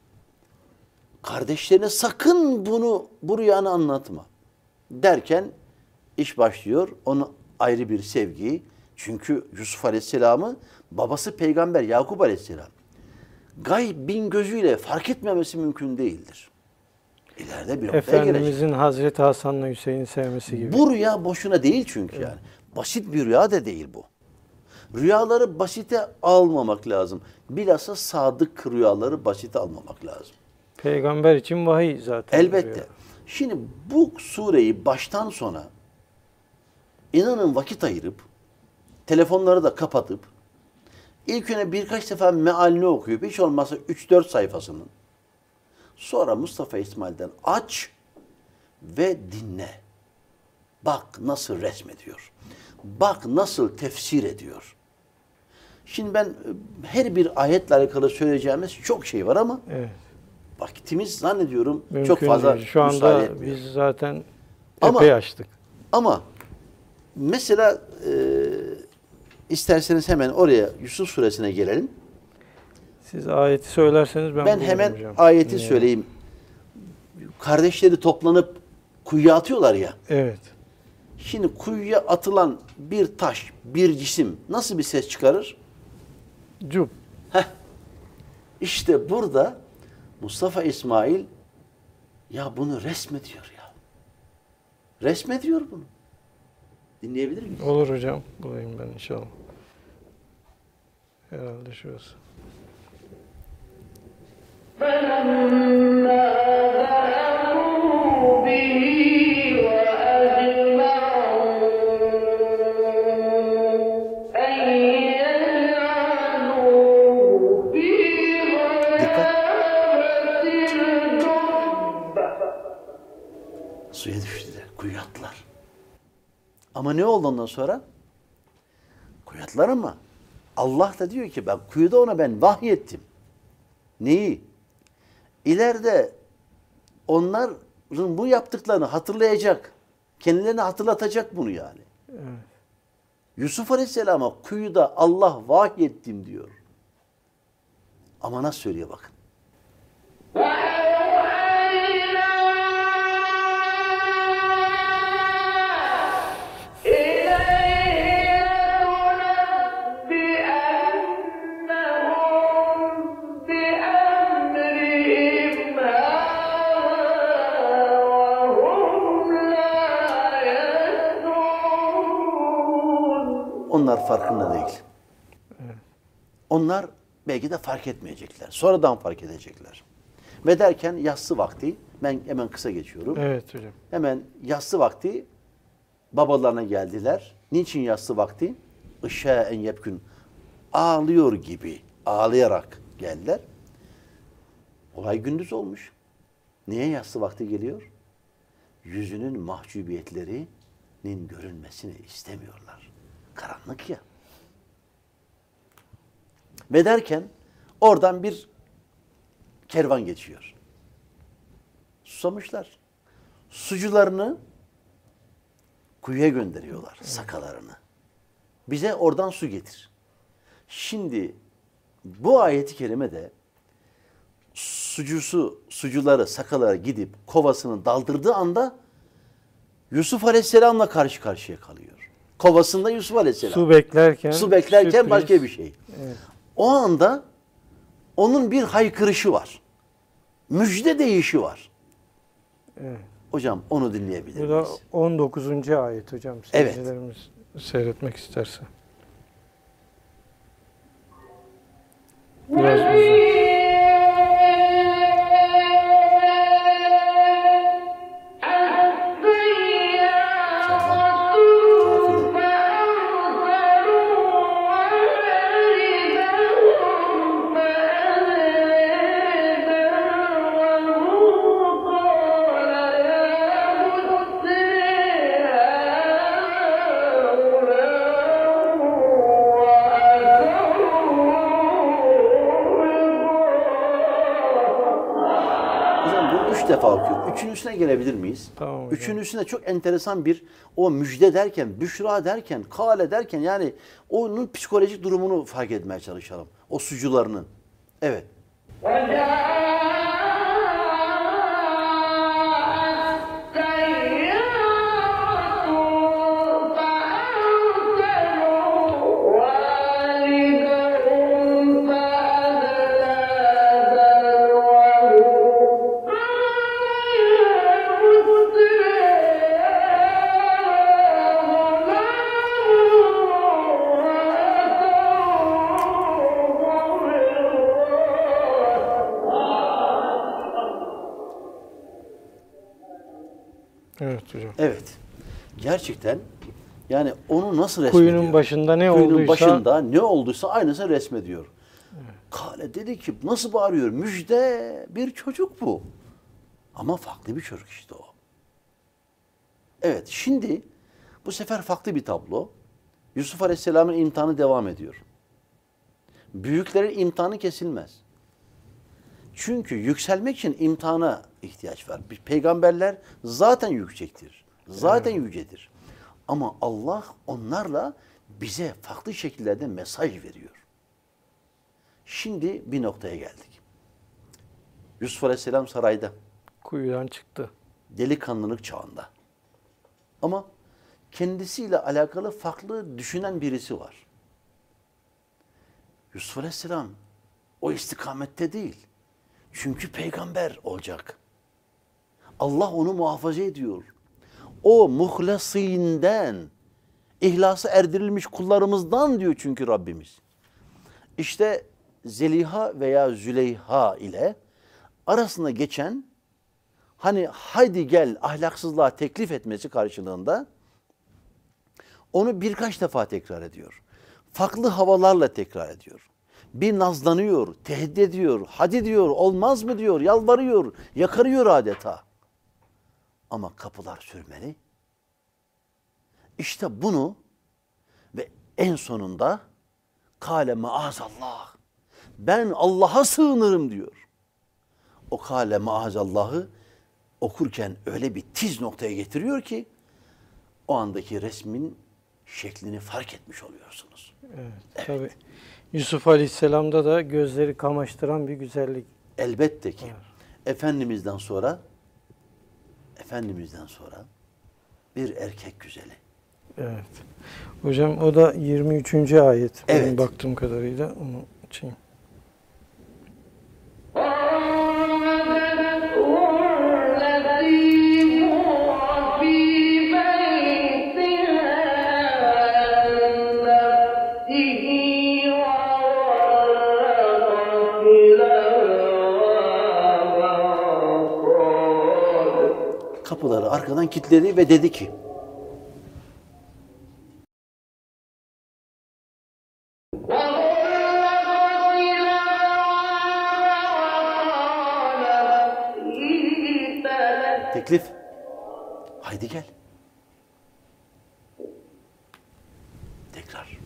kardeşlerine sakın bunu, bu rüyanı anlatma derken iş başlıyor. Onu ayrı bir sevgi. Çünkü Yusuf Aleyhisselam'ı babası peygamber Yakup Aleyhisselam gaybin gözüyle fark etmemesi mümkün değildir. İleride bir noktaya gelecek. Efendimizin Hazreti Hasan'la Hüseyin'i sevmesi gibi. Bu rüya boşuna değil çünkü yani. Basit bir rüya da değil bu. Rüyaları basite almamak lazım. Bilhassa sadık rüyaları basite almamak lazım. Peygamber için vahiy zaten. Elbette. diyor. Şimdi bu sureyi baştan sona inanın vakit ayırıp telefonları da kapatıp ilk önce birkaç defa mealini okuyup hiç olmazsa üç dört sayfasının sonra Mustafa İsmail'den aç ve dinle. Bak nasıl resmediyor. Bak nasıl tefsir ediyor. Şimdi ben her bir ayetle alakalı söyleyeceğimiz çok şey var ama Evet. vaktimiz zannediyorum Mümkün çok fazla değil. Şu müsaade anda etmiyor. biz zaten Ama- epey açtık. Ama mesela e, isterseniz hemen oraya Yusuf suresine gelelim. Siz ayeti söylerseniz ben Ben bulurum hemen hocam. ayeti Dinleyelim. söyleyeyim. Kardeşleri toplanıp kuyuya atıyorlar ya. Evet. Şimdi kuyuya atılan bir taş, bir cisim nasıl bir ses çıkarır? Cub. Heh. İşte burada Mustafa İsmail ya bunu resmediyor ya. Resmediyor bunu. Dinleyebilir miyiz? Olur hocam. Bulayım ben inşallah. Herhalde şurası. فلما ذهبوا به وأجمعوا أن يجعلوه في غيابة الجب Suya düştüler, kuyuya attılar. Ama ne oldu ondan sonra? Kuyuya attılar ama Allah da diyor ki ben kuyuda ona ben vahyettim. Neyi? İleride onların bu yaptıklarını hatırlayacak. Kendilerine hatırlatacak bunu yani. Evet. Yusuf Aleyhisselam'a kuyuda Allah vahyettim diyor. Ama nasıl söylüyor bakın. Onlar farkında değil. Onlar belki de fark etmeyecekler. Sonradan fark edecekler. Ve derken yatsı vakti, ben hemen kısa geçiyorum. Evet hocam. Hemen yatsı vakti babalarına geldiler. Niçin yatsı vakti? Işâ en yebkün. Ağlıyor gibi, ağlayarak geldiler. Olay gündüz olmuş. Niye yatsı vakti geliyor? Yüzünün mahcubiyetlerinin görünmesini istemiyorlar. Karanlık ya. Ve derken oradan bir kervan geçiyor. Susamışlar. Sucularını kuyuya gönderiyorlar, sakalarını. Bize oradan su getir. Şimdi bu ayeti kerimede sucusu, sucuları, sakalara gidip kovasını daldırdığı anda Yusuf Aleyhisselam'la karşı karşıya kalıyor. Kovasında Yusuf Aleyhisselam. Su beklerken. Su beklerken sürpriz. başka bir şey. Evet. O anda onun bir haykırışı var. Müjde deyişi var. Evet. Hocam onu dinleyebilir Bu da miyiz? on dokuzuncu ayet hocam. Evet. Seyircilerimiz seyretmek isterse. Biraz uzun. Üç defa okuyor. Üçüncüsüne gelebilir miyiz? Tamam hocam. Üçüncüsüne çok enteresan bir o müjde derken, büşra derken, kale derken yani onun psikolojik durumunu fark etmeye çalışalım. O sucularının. Evet. Evet hocam. Evet. Gerçekten yani onu nasıl resmediyor? Kuyunun başında ne Kuyunun olduysa. başında ne olduysa aynısını resmediyor. Evet. Kale dedi ki nasıl bağırıyor? Müjde bir çocuk bu. Ama farklı bir çocuk işte o. Evet şimdi bu sefer farklı bir tablo. Yusuf Aleyhisselam'ın imtihanı devam ediyor. Büyüklerin imtihanı kesilmez. Çünkü yükselmek için imtihana ihtiyaç var. Peygamberler zaten yüksektir. Zaten evet. yücedir. Ama Allah onlarla bize farklı şekillerde mesaj veriyor. Şimdi bir noktaya geldik. Yusuf Aleyhisselam sarayda. Kuyudan çıktı. Delikanlılık çağında. Ama kendisiyle alakalı farklı düşünen birisi var. Yusuf Aleyhisselam o istikamette değil. Çünkü peygamber olacak. Allah onu muhafaza ediyor. O muhlasinden, ihlası erdirilmiş kullarımızdan diyor çünkü Rabbimiz. İşte Zeliha veya Züleyha ile arasında geçen hani haydi gel ahlaksızlığa teklif etmesi karşılığında onu birkaç defa tekrar ediyor. Farklı havalarla tekrar ediyor. Bir nazlanıyor, tehdit ediyor, hadi diyor, olmaz mı diyor, yalvarıyor, yakarıyor adeta. Ama kapılar sürmeli. İşte bunu ve en sonunda kâle maazallah. Ben Allah'a sığınırım diyor. O kâle maazallahı okurken öyle bir tiz noktaya getiriyor ki o andaki resmin şeklini fark etmiş oluyorsunuz. Evet, Evet. tabii. Yusuf Aleyhisselam'da da gözleri kamaştıran bir güzellik. Elbette ki Evet. Efendimiz'den sonra Efendimiz'den sonra bir erkek güzeli. Evet. Hocam o da yirmi üçüncü ayet. Benim Evet. baktığım kadarıyla onu açayım. Kapıları arkadan kilitledi ve dedi ki teklif haydi gel. Tekrar.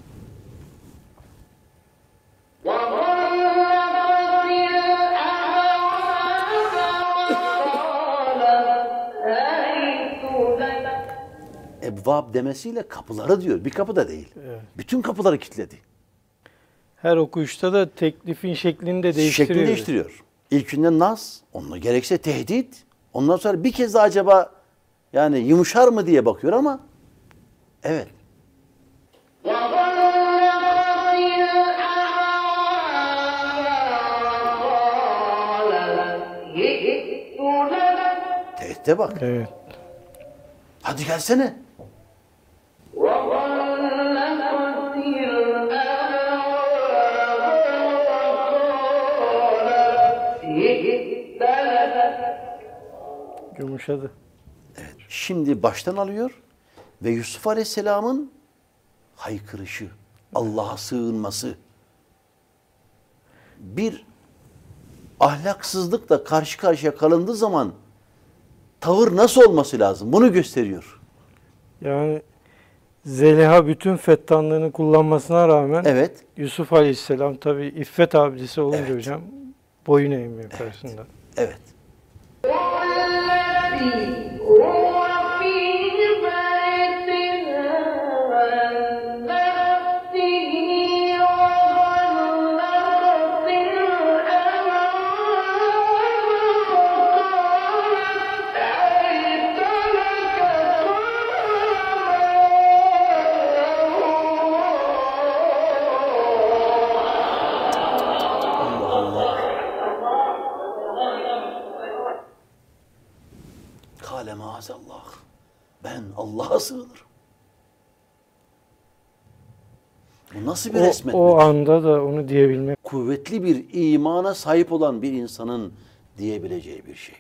Ebvab demesiyle kapıları diyor. Bir kapı da değil. Evet. Bütün kapıları kilitledi. Her okuyuşta da teklifin şeklini de değiştiriyor. Şeklini değiştiriyor. İlkinde naz, onunla gerekse tehdit. Ondan sonra bir kez daha acaba yani yumuşar mı diye bakıyor ama evet. Tehditte bak. Evet. Hadi gelsene. Yumuşadı. Evet. Şimdi baştan alıyor ve Yusuf Aleyhisselam'ın haykırışı, Allah'a sığınması, bir ahlaksızlıkla karşı karşıya kalındığı zaman tavır nasıl olması lazım? Bunu gösteriyor. Yani Zeliha bütün fettanlığını kullanmasına rağmen Evet. Yusuf Aleyhisselam tabi iffet abidesi olunca Evet. hocam boyun eğmiyor karşısında. Evet. Kâle maazallah. Ben Allah'a sığınırım. Bu nasıl bir O, resmetmek? o anda da onu diyebilmek. Kuvvetli bir imana sahip olan bir insanın diyebileceği bir şey.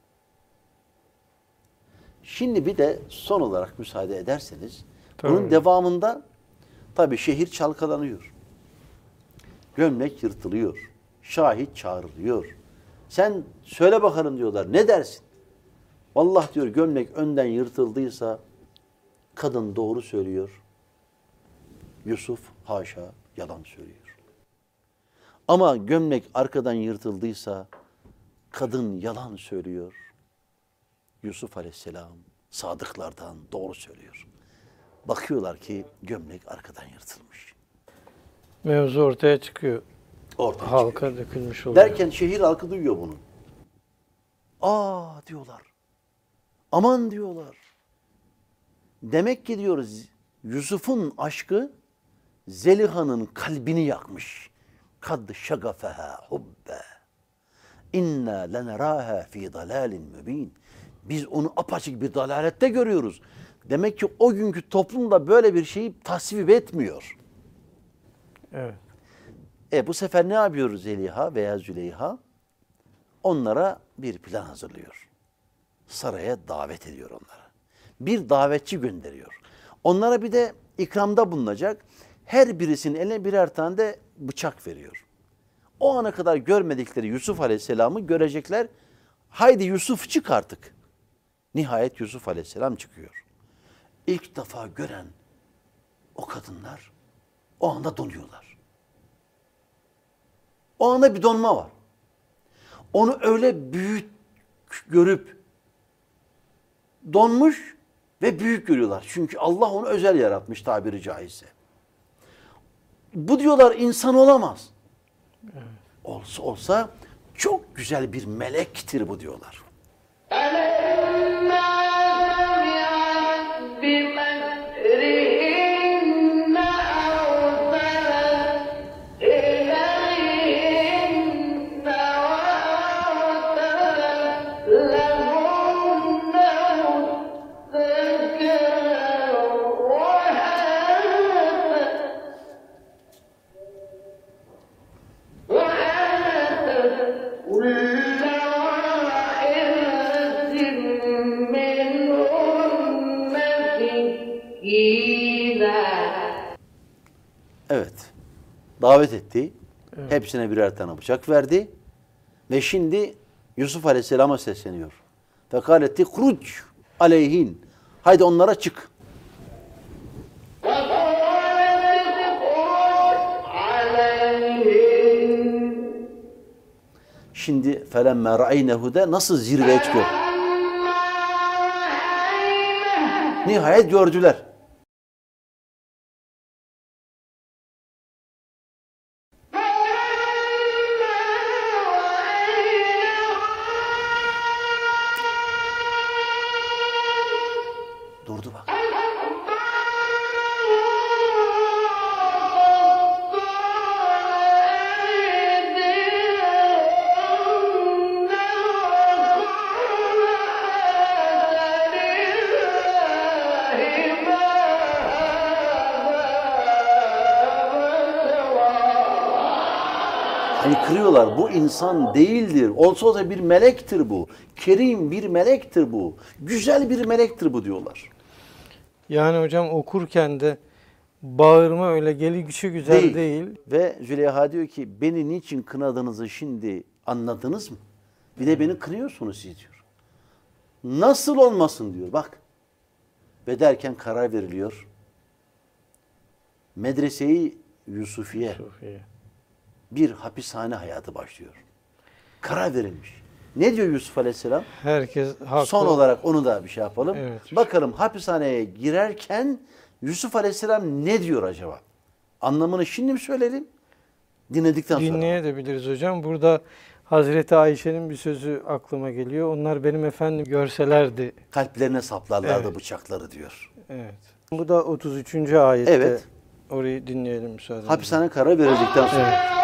Şimdi bir de son olarak müsaade ederseniz Tabii. bunun devamında tabii şehir çalkalanıyor. Gömlek yırtılıyor. Şahit çağrılıyor. Sen söyle bakalım diyorlar. Ne dersin? Vallahi diyor gömlek önden yırtıldıysa kadın doğru söylüyor. Yusuf haşa yalan söylüyor. Ama gömlek arkadan yırtıldıysa kadın yalan söylüyor. Yusuf Aleyhisselam sadıklardan doğru söylüyor. Bakıyorlar ki gömlek arkadan yırtılmış. Mevzu ortaya çıkıyor. Ortaya Halka çıkıyor. dökülmüş oluyor. Derken şehir halkı duyuyor bunu. Aa diyorlar. Aman diyorlar. Demek ki diyoruz Yusuf'un aşkı Zeliha'nın kalbini yakmış. Kad şagafeha hubbe. İnna leneraha fi dalalin mübin. Biz onu apaçık bir dalalette görüyoruz. Demek ki o günkü toplum da böyle bir şeyi tasvip etmiyor. Evet. E bu sefer ne yapıyoruz Zeliha veya Züleyha? onlara bir plan hazırlıyor. Saraya davet ediyor onlara. Bir davetçi gönderiyor. Onlara bir de ikramda bulunacak. Her birisinin eline birer tane de bıçak veriyor. O ana kadar görmedikleri Yusuf Aleyhisselam'ı görecekler. Haydi Yusuf çık artık. Nihayet Yusuf Aleyhisselam çıkıyor. İlk defa gören o kadınlar o anda donuyorlar. O anda bir donma var. Onu öyle büyük görüp donmuş ve büyük görüyorlar. Çünkü Allah onu özel yaratmış tabiri caizse. Bu diyorlar insan olamaz. Evet. Olsa olsa çok güzel bir melektir bu diyorlar. Evet. Davet etti. Evet. Hepsine birer tane bıçak verdi. Ve şimdi Yusuf Aleyhisselam'a sesleniyor. Fekaletti hruc aleyhin. Haydi onlara çık. Şimdi felemme ra'aynehu de nasıl zirveye çıkıyor? Nihayet gördüler. Durdu bak. Hani kırıyorlar. Bu insan değildir. Olsa olsa bir melektir bu. Kerim bir melektir bu. Güzel bir melektir bu diyorlar. Yani hocam okurken de bağırma öyle gelişi güzel değil. değil. Ve Züleyha diyor ki beni niçin kınadığınızı şimdi anladınız mı? Bir de beni kınıyorsunuz siz diyor. Nasıl olmasın diyor bak. Ve derken karar veriliyor. Medreseyi Yusufiye. Yusufiye. Bir hapishane hayatı başlıyor. Karar verilmiş. Ne diyor Yusuf Aleyhisselam? Herkes haklı. Son olarak onu da bir şey yapalım. Evet. Bakalım hapishaneye girerken Yusuf Aleyhisselam ne diyor acaba? Anlamını şimdi mi söyleyelim? Dinledikten sonra. Dinleyebiliriz hocam. Burada Hazreti Ayşe'nin bir sözü aklıma geliyor. Onlar benim efendim görselerdi. Kalplerine saplarlardı evet. bıçakları diyor. Evet. Bu da otuz üçüncü ayette. Evet. Orayı dinleyelim müsaadenizle. Hapishane kararı verildikten sonra. Evet.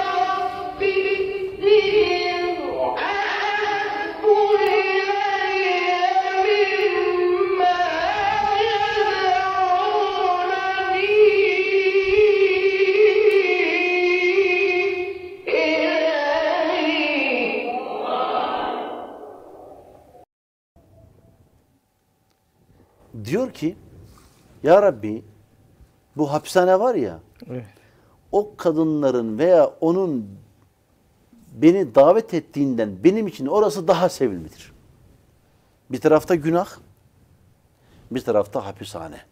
Diyor ki ya Rabbi bu hapishane var ya evet. o kadınların veya onun beni davet ettiğinden benim için orası daha sevimlidir. Bir tarafta günah, bir tarafta hapishane.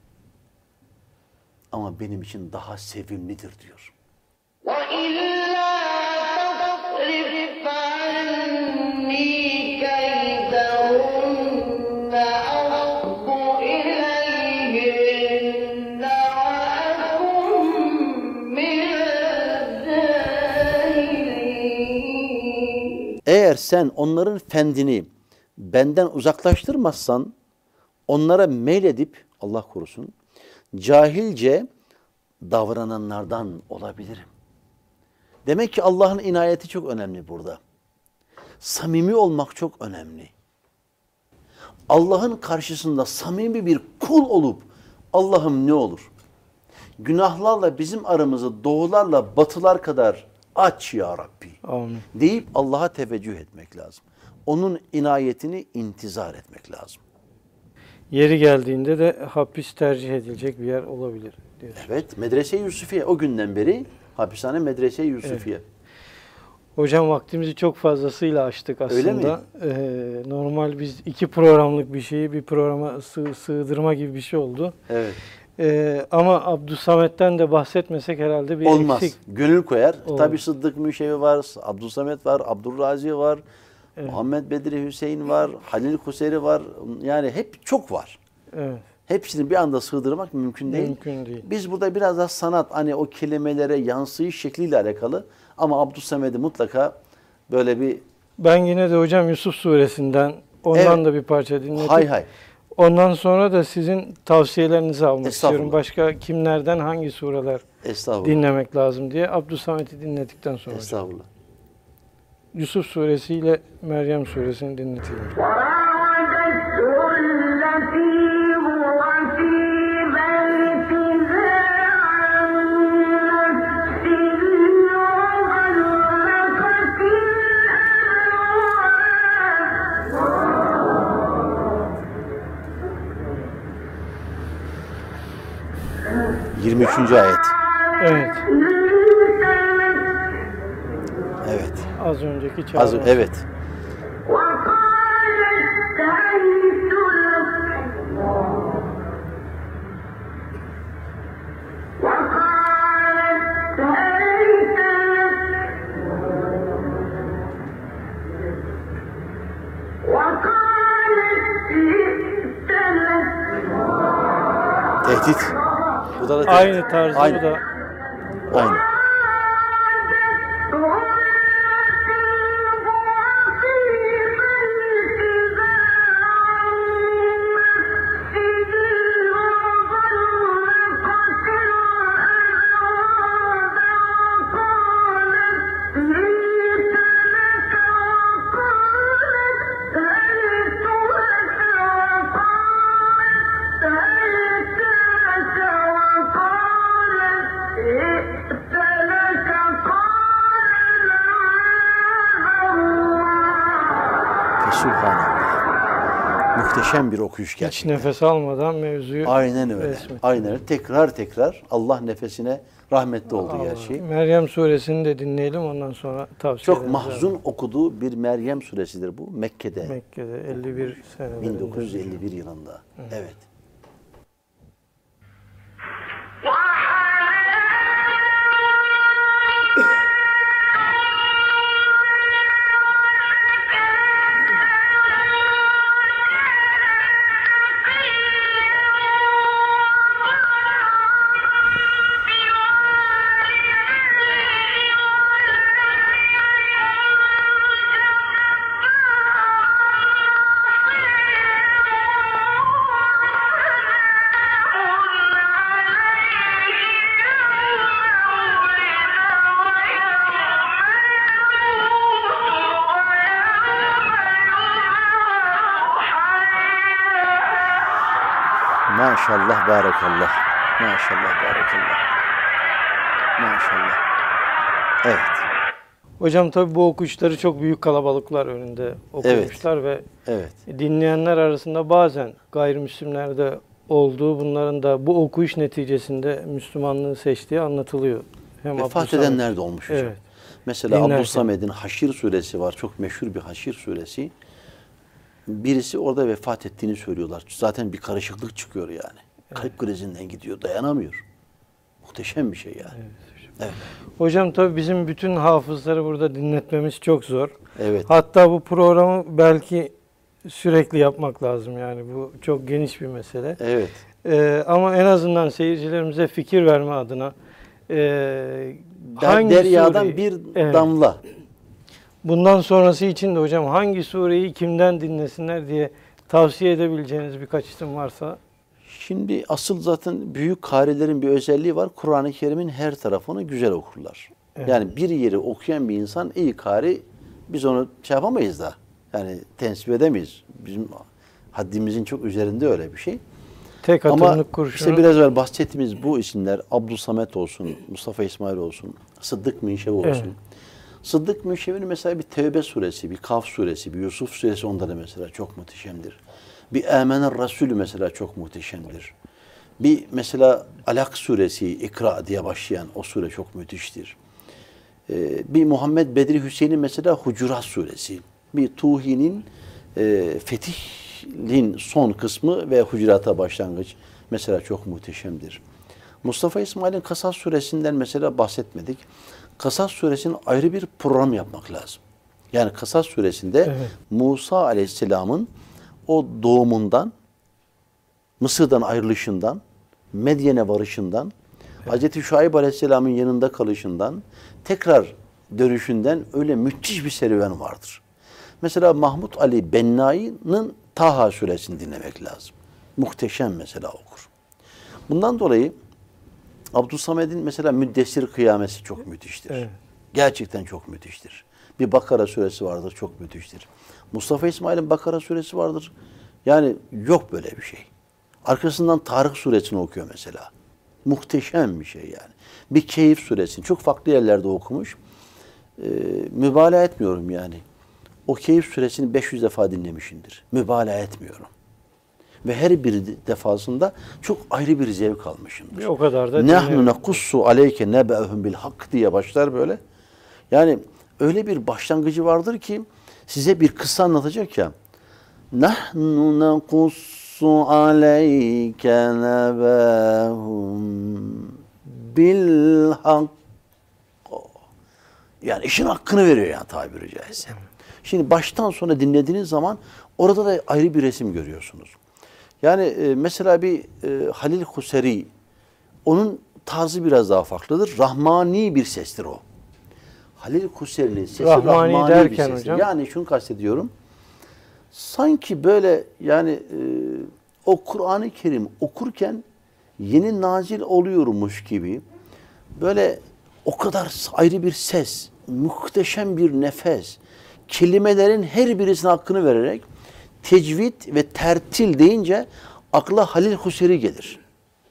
Ama benim için daha sevimlidir diyor. Eğer sen onların fendini benden uzaklaştırmazsan onlara meyledip Allah korusun cahilce davrananlardan olabilirim. Demek ki Allah'ın inayeti çok önemli burada. Samimi olmak çok önemli. Allah'ın karşısında samimi bir kul olup Allah'ım ne olur? Günahlarla bizim aramızı doğularla batılar kadar aç ya Rabbi. Amin. Deyip Allah'a teveccüh etmek lazım. onun inayetini intizar etmek lazım. Yeri geldiğinde de hapis tercih edilecek bir yer olabilir diyorsun. Evet, Medrese-i Yusufiye o günden beri hapishane Medrese-i Yusufiye. Evet. Hocam vaktimizi çok fazlasıyla açtık aslında. Öyle mi? Ee, normal biz iki programlık bir şeyi bir programa sığ, sığdırma gibi bir şey oldu. Evet. Ee, ama Abdülsamet'ten de bahsetmesek herhalde bir Olmaz. eksik. Gönül koyar. Olur. Tabi Sıddık Müşevi var, Abdülsamet var, Abdurrazi var, Evet. Muhammed Bedri Hüseyin var, Halil Kuseri var. Yani hep çok var. Evet. Hepsini bir anda sığdırmak mümkün değil. Mümkün değil. Biz burada biraz daha sanat, hani o kelimelere yansıyış şekliyle alakalı. Ama Abdülsamet'i mutlaka böyle bir Ben yine de hocam Yusuf suresinden ondan Evet. da bir parça dinletip hay hay. ondan sonra da sizin tavsiyelerinizi almak istiyorum. Estağfurullah. Başka kimlerden hangi sureler Estağfurullah. dinlemek lazım diye Abdülsamet'i dinlettikten sonra. hocam. Estağfurullah. Yusuf suresi ile Meryem suresini dinletelim. وراودته التي هو في بيتها عن نفسه وغلقت yirmi üçüncü ayet. Evet. Evet. Az önceki Az, çağrı. evet. وقالت هيت لك وقالت هيت لك وقالت جئت لك Tehdit. Bu da, da Aynı tarzı Aynı. bu da. Aynı. Subhanallah. Muhteşem bir okuyuş Hiç gerçekten. nefes almadan mevzuyu Aynen öyle. resmet. Aynen öyle. Tekrar tekrar Allah nefesine rahmetli oldu Allah. gerçi. Meryem suresini de dinleyelim ondan sonra tavsiye Çok mahzun okuduğu bir Meryem suresidir bu. Mekke'de. Mekke'de elli bir senelerinde. bin dokuz yüz elli bir yılında. Evet. Maşallah, barakallah. Maşallah, barakallah. Maşallah. Evet. Hocam tabii bu okuyuşları çok büyük kalabalıklar önünde okumuşlar ve Evet. dinleyenler arasında bazen gayrimüslimler de olduğu, bunların da bu okuyuş neticesinde Müslümanlığı seçtiği anlatılıyor. Hem Vefat Abdülsamet- edenler de olmuş hocam. Evet. Mesela Dinlerken. Abdülsamed'in Haşir suresi var. Çok meşhur bir Haşir suresi. Birisi orada vefat ettiğini söylüyorlar. Zaten bir karışıklık çıkıyor yani. Kalp krizinden gidiyor, dayanamıyor. Muhteşem bir şey yani. Evet. Hocam tabii bizim bütün hafızları burada dinletmemiz çok zor. Evet. Hatta bu programı belki sürekli yapmak lazım yani bu çok geniş bir mesele. Evet. Ee, ama en azından seyircilerimize fikir verme adına e, Der- deryadan sureyi- bir Evet. damla. Bundan sonrası için de hocam hangi sureyi kimden dinlesinler diye tavsiye edebileceğiniz birkaç isim varsa. Şimdi asıl zaten büyük karilerin bir özelliği var. Kur'an-ı Kerim'in her tarafını güzel okurlar. Evet. Yani bir yeri okuyan bir insan iyi kari, biz onu şey yapamayız da. Yani tensip edemeyiz. Bizim haddimizin çok üzerinde öyle bir şey. Tek Ama atımlık kurşunu. işte biraz evvel bahsettiğimiz bu isimler Abdülsamet olsun, Mustafa İsmail olsun, Sıddık Minşevi olsun, Evet. Sıddık Müşevi'nin mesela bir Tevbe suresi, bir Kaf suresi, bir Yusuf suresi onda da mesela çok muhteşemdir. Bir Âmener Rasulü mesela çok muhteşemdir. Bir mesela Alak suresi, İkra diye başlayan o sure çok müthiştir. Ee, bir Muhammed Bedri Hüseyin'in mesela Hucurat suresi. Bir Tuhi'nin e, Fetih'in son kısmı ve Hucurat'a başlangıç mesela çok muhteşemdir. Mustafa İsmail'in Kasas suresinden mesela bahsetmedik. Kasas suresinin ayrı bir program yapmak lazım. Yani Kasas suresinde evet. Musa aleyhisselamın o doğumundan, Mısır'dan ayrılışından, Medyen'e varışından, evet. Hazreti Şuayb aleyhisselamın yanında kalışından, tekrar dönüşünden öyle müthiş bir serüven vardır. Mesela Mahmud Ali Bennai'nin Taha suresini dinlemek lazım. Muhteşem mesela okur. Bundan dolayı Abdülsamed'in mesela Müddessir kıyamesi çok müthiştir. Evet. Gerçekten çok müthiştir. Bir Bakara suresi vardır, çok müthiştir. Mustafa İsmail'in Bakara suresi vardır. Yani yok böyle bir şey. Arkasından Tarık suresini okuyor mesela. Muhteşem bir şey yani. Bir Keyif suresini çok farklı yerlerde okumuş. Ee, mübalağa etmiyorum yani. O Keyif suresini beş yüz defa dinlemişimdir. Mübalağa etmiyorum. Ve her bir defasında çok ayrı bir zevk almışımdır. O kadar da Nahnu nekussu aleyke nebe'ehum bil hak diye başlar böyle. Yani öyle bir başlangıcı vardır ki size bir kıssa anlatacak ya. Nahnu nekussu aleyke nebe'ehum bil hak. Yani işin hakkını veriyor yani tabiri caizse. Şimdi baştan sona dinlediğiniz zaman orada da ayrı bir resim görüyorsunuz. Yani e, mesela bir e, Halil Huseri, onun tarzı biraz daha farklıdır. Rahmani bir sestir o. Halil Huseri'nin sesi rahmani, rahmani bir sestir. Hocam. Yani şunu kastediyorum. Sanki böyle yani e, o Kur'an-ı Kerim okurken yeni nazil oluyormuş gibi böyle o kadar ayrı bir ses, muhteşem bir nefes, kelimelerin her birisine hakkını vererek tecvid ve tertil deyince akla Halil Huseri gelir.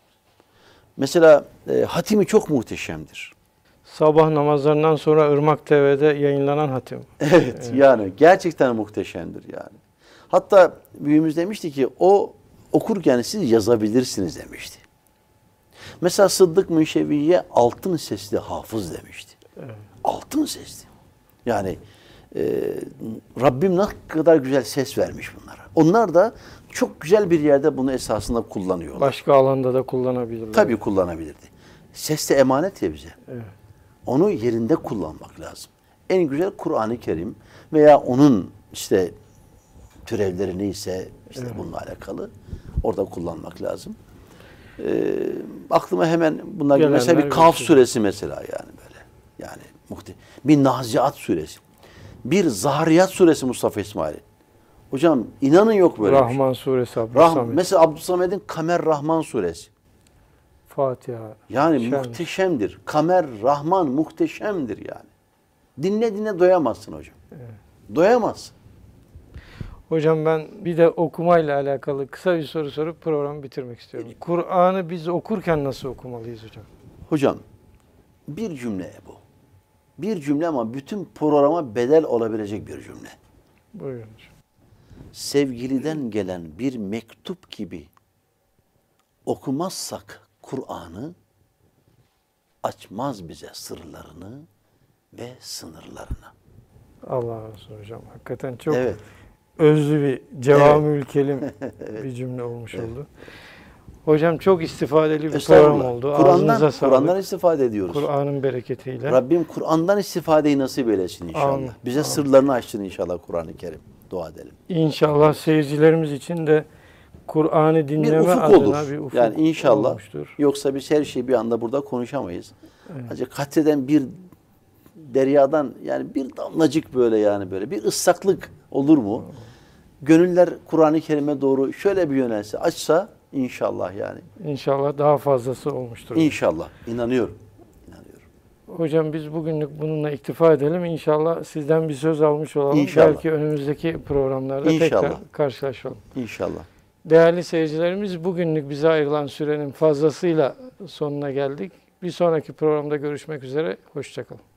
Mesela e, hatimi çok muhteşemdir. Sabah namazlarından sonra Irmak T V'de yayınlanan hatim. Evet, evet. Yani gerçekten muhteşemdir yani. Hatta büyüğümüz demişti ki o okurken siz yazabilirsiniz demişti. Mesela Sıddık Münşevi'ye altın sesli hafız demişti. Evet. Altın sesli. Yani e, Rabbim ne kadar güzel ses vermiş bunlara. Onlar da çok güzel bir yerde bunu esasında kullanıyorlar. Başka alanda da kullanabilirler. Tabii kullanabilirdi. Ses de emanet ya bize. Evet. Onu yerinde kullanmak lazım. En güzel Kur'an-ı Kerim veya onun işte türevleri neyse işte evet. bununla alakalı orada kullanmak lazım. Ee, aklıma hemen bunlar gibi mesela bir Kaf suresi mesela yani böyle. Yani muhte bir Naziat suresi. Bir Zariyat suresi Mustafa İsmail. Hocam inanın yok böyle Rahman bir şey. suresi Abdülsamed. Rah mesela Abdülsamed'in Kamer Rahman suresi. Fatiha. Yani Şenmiş. muhteşemdir. Kamer Rahman muhteşemdir yani. Dinle dinle doyamazsın hocam. Evet. Doyamazsın. Hocam ben bir de okumayla alakalı kısa bir soru sorup programı bitirmek istiyorum. Kur'an'ı biz okurken nasıl okumalıyız hocam? Hocam bir cümle bu. Bir cümle ama bütün programa bedel olabilecek bir cümle. Buyurun hocam. Sevgiliden gelen bir mektup gibi okumazsak Kur'an'ı açmaz bize sırlarını ve sınırlarını. Allah razı olsun hocam. Hakikaten çok evet. özlü bir cevamül kelim evet. bir cümle olmuş evet. oldu. Hocam çok istifadeli bir program oldu. Kur'an'dan Kur'an'dan istifade ediyoruz. Kur'an'ın bereketiyle. Rabbim Kur'an'dan istifadeyi nasip eylesin inşallah. Amin. Bize Amin. Sırlarını açsın inşallah Kur'an-ı Kerim. Dua edelim. İnşallah seyircilerimiz için de Kur'an'ı dinleme bir ufuk adına olur. bir ufuk yani inşallah olmuştur. Yoksa biz her şeyi bir anda burada konuşamayız. Evet. Ancak katleden bir deryadan yani bir damlacık böyle yani böyle bir ıslaklık olur mu? Evet. Gönüller Kur'an-ı Kerim'e doğru şöyle bir yönelse, açsa inşallah yani. İnşallah daha fazlası olmuştur. İnşallah. İnanıyorum. İnanıyorum. Hocam biz bugünlük bununla iktifa edelim. İnşallah sizden bir söz almış olalım. İnşallah. Belki önümüzdeki programlarda İnşallah. tekrar karşılaşalım. İnşallah. Değerli seyircilerimiz, bugünlük bize ayrılan sürenin fazlasıyla sonuna geldik. Bir sonraki programda görüşmek üzere. Hoşça kalın.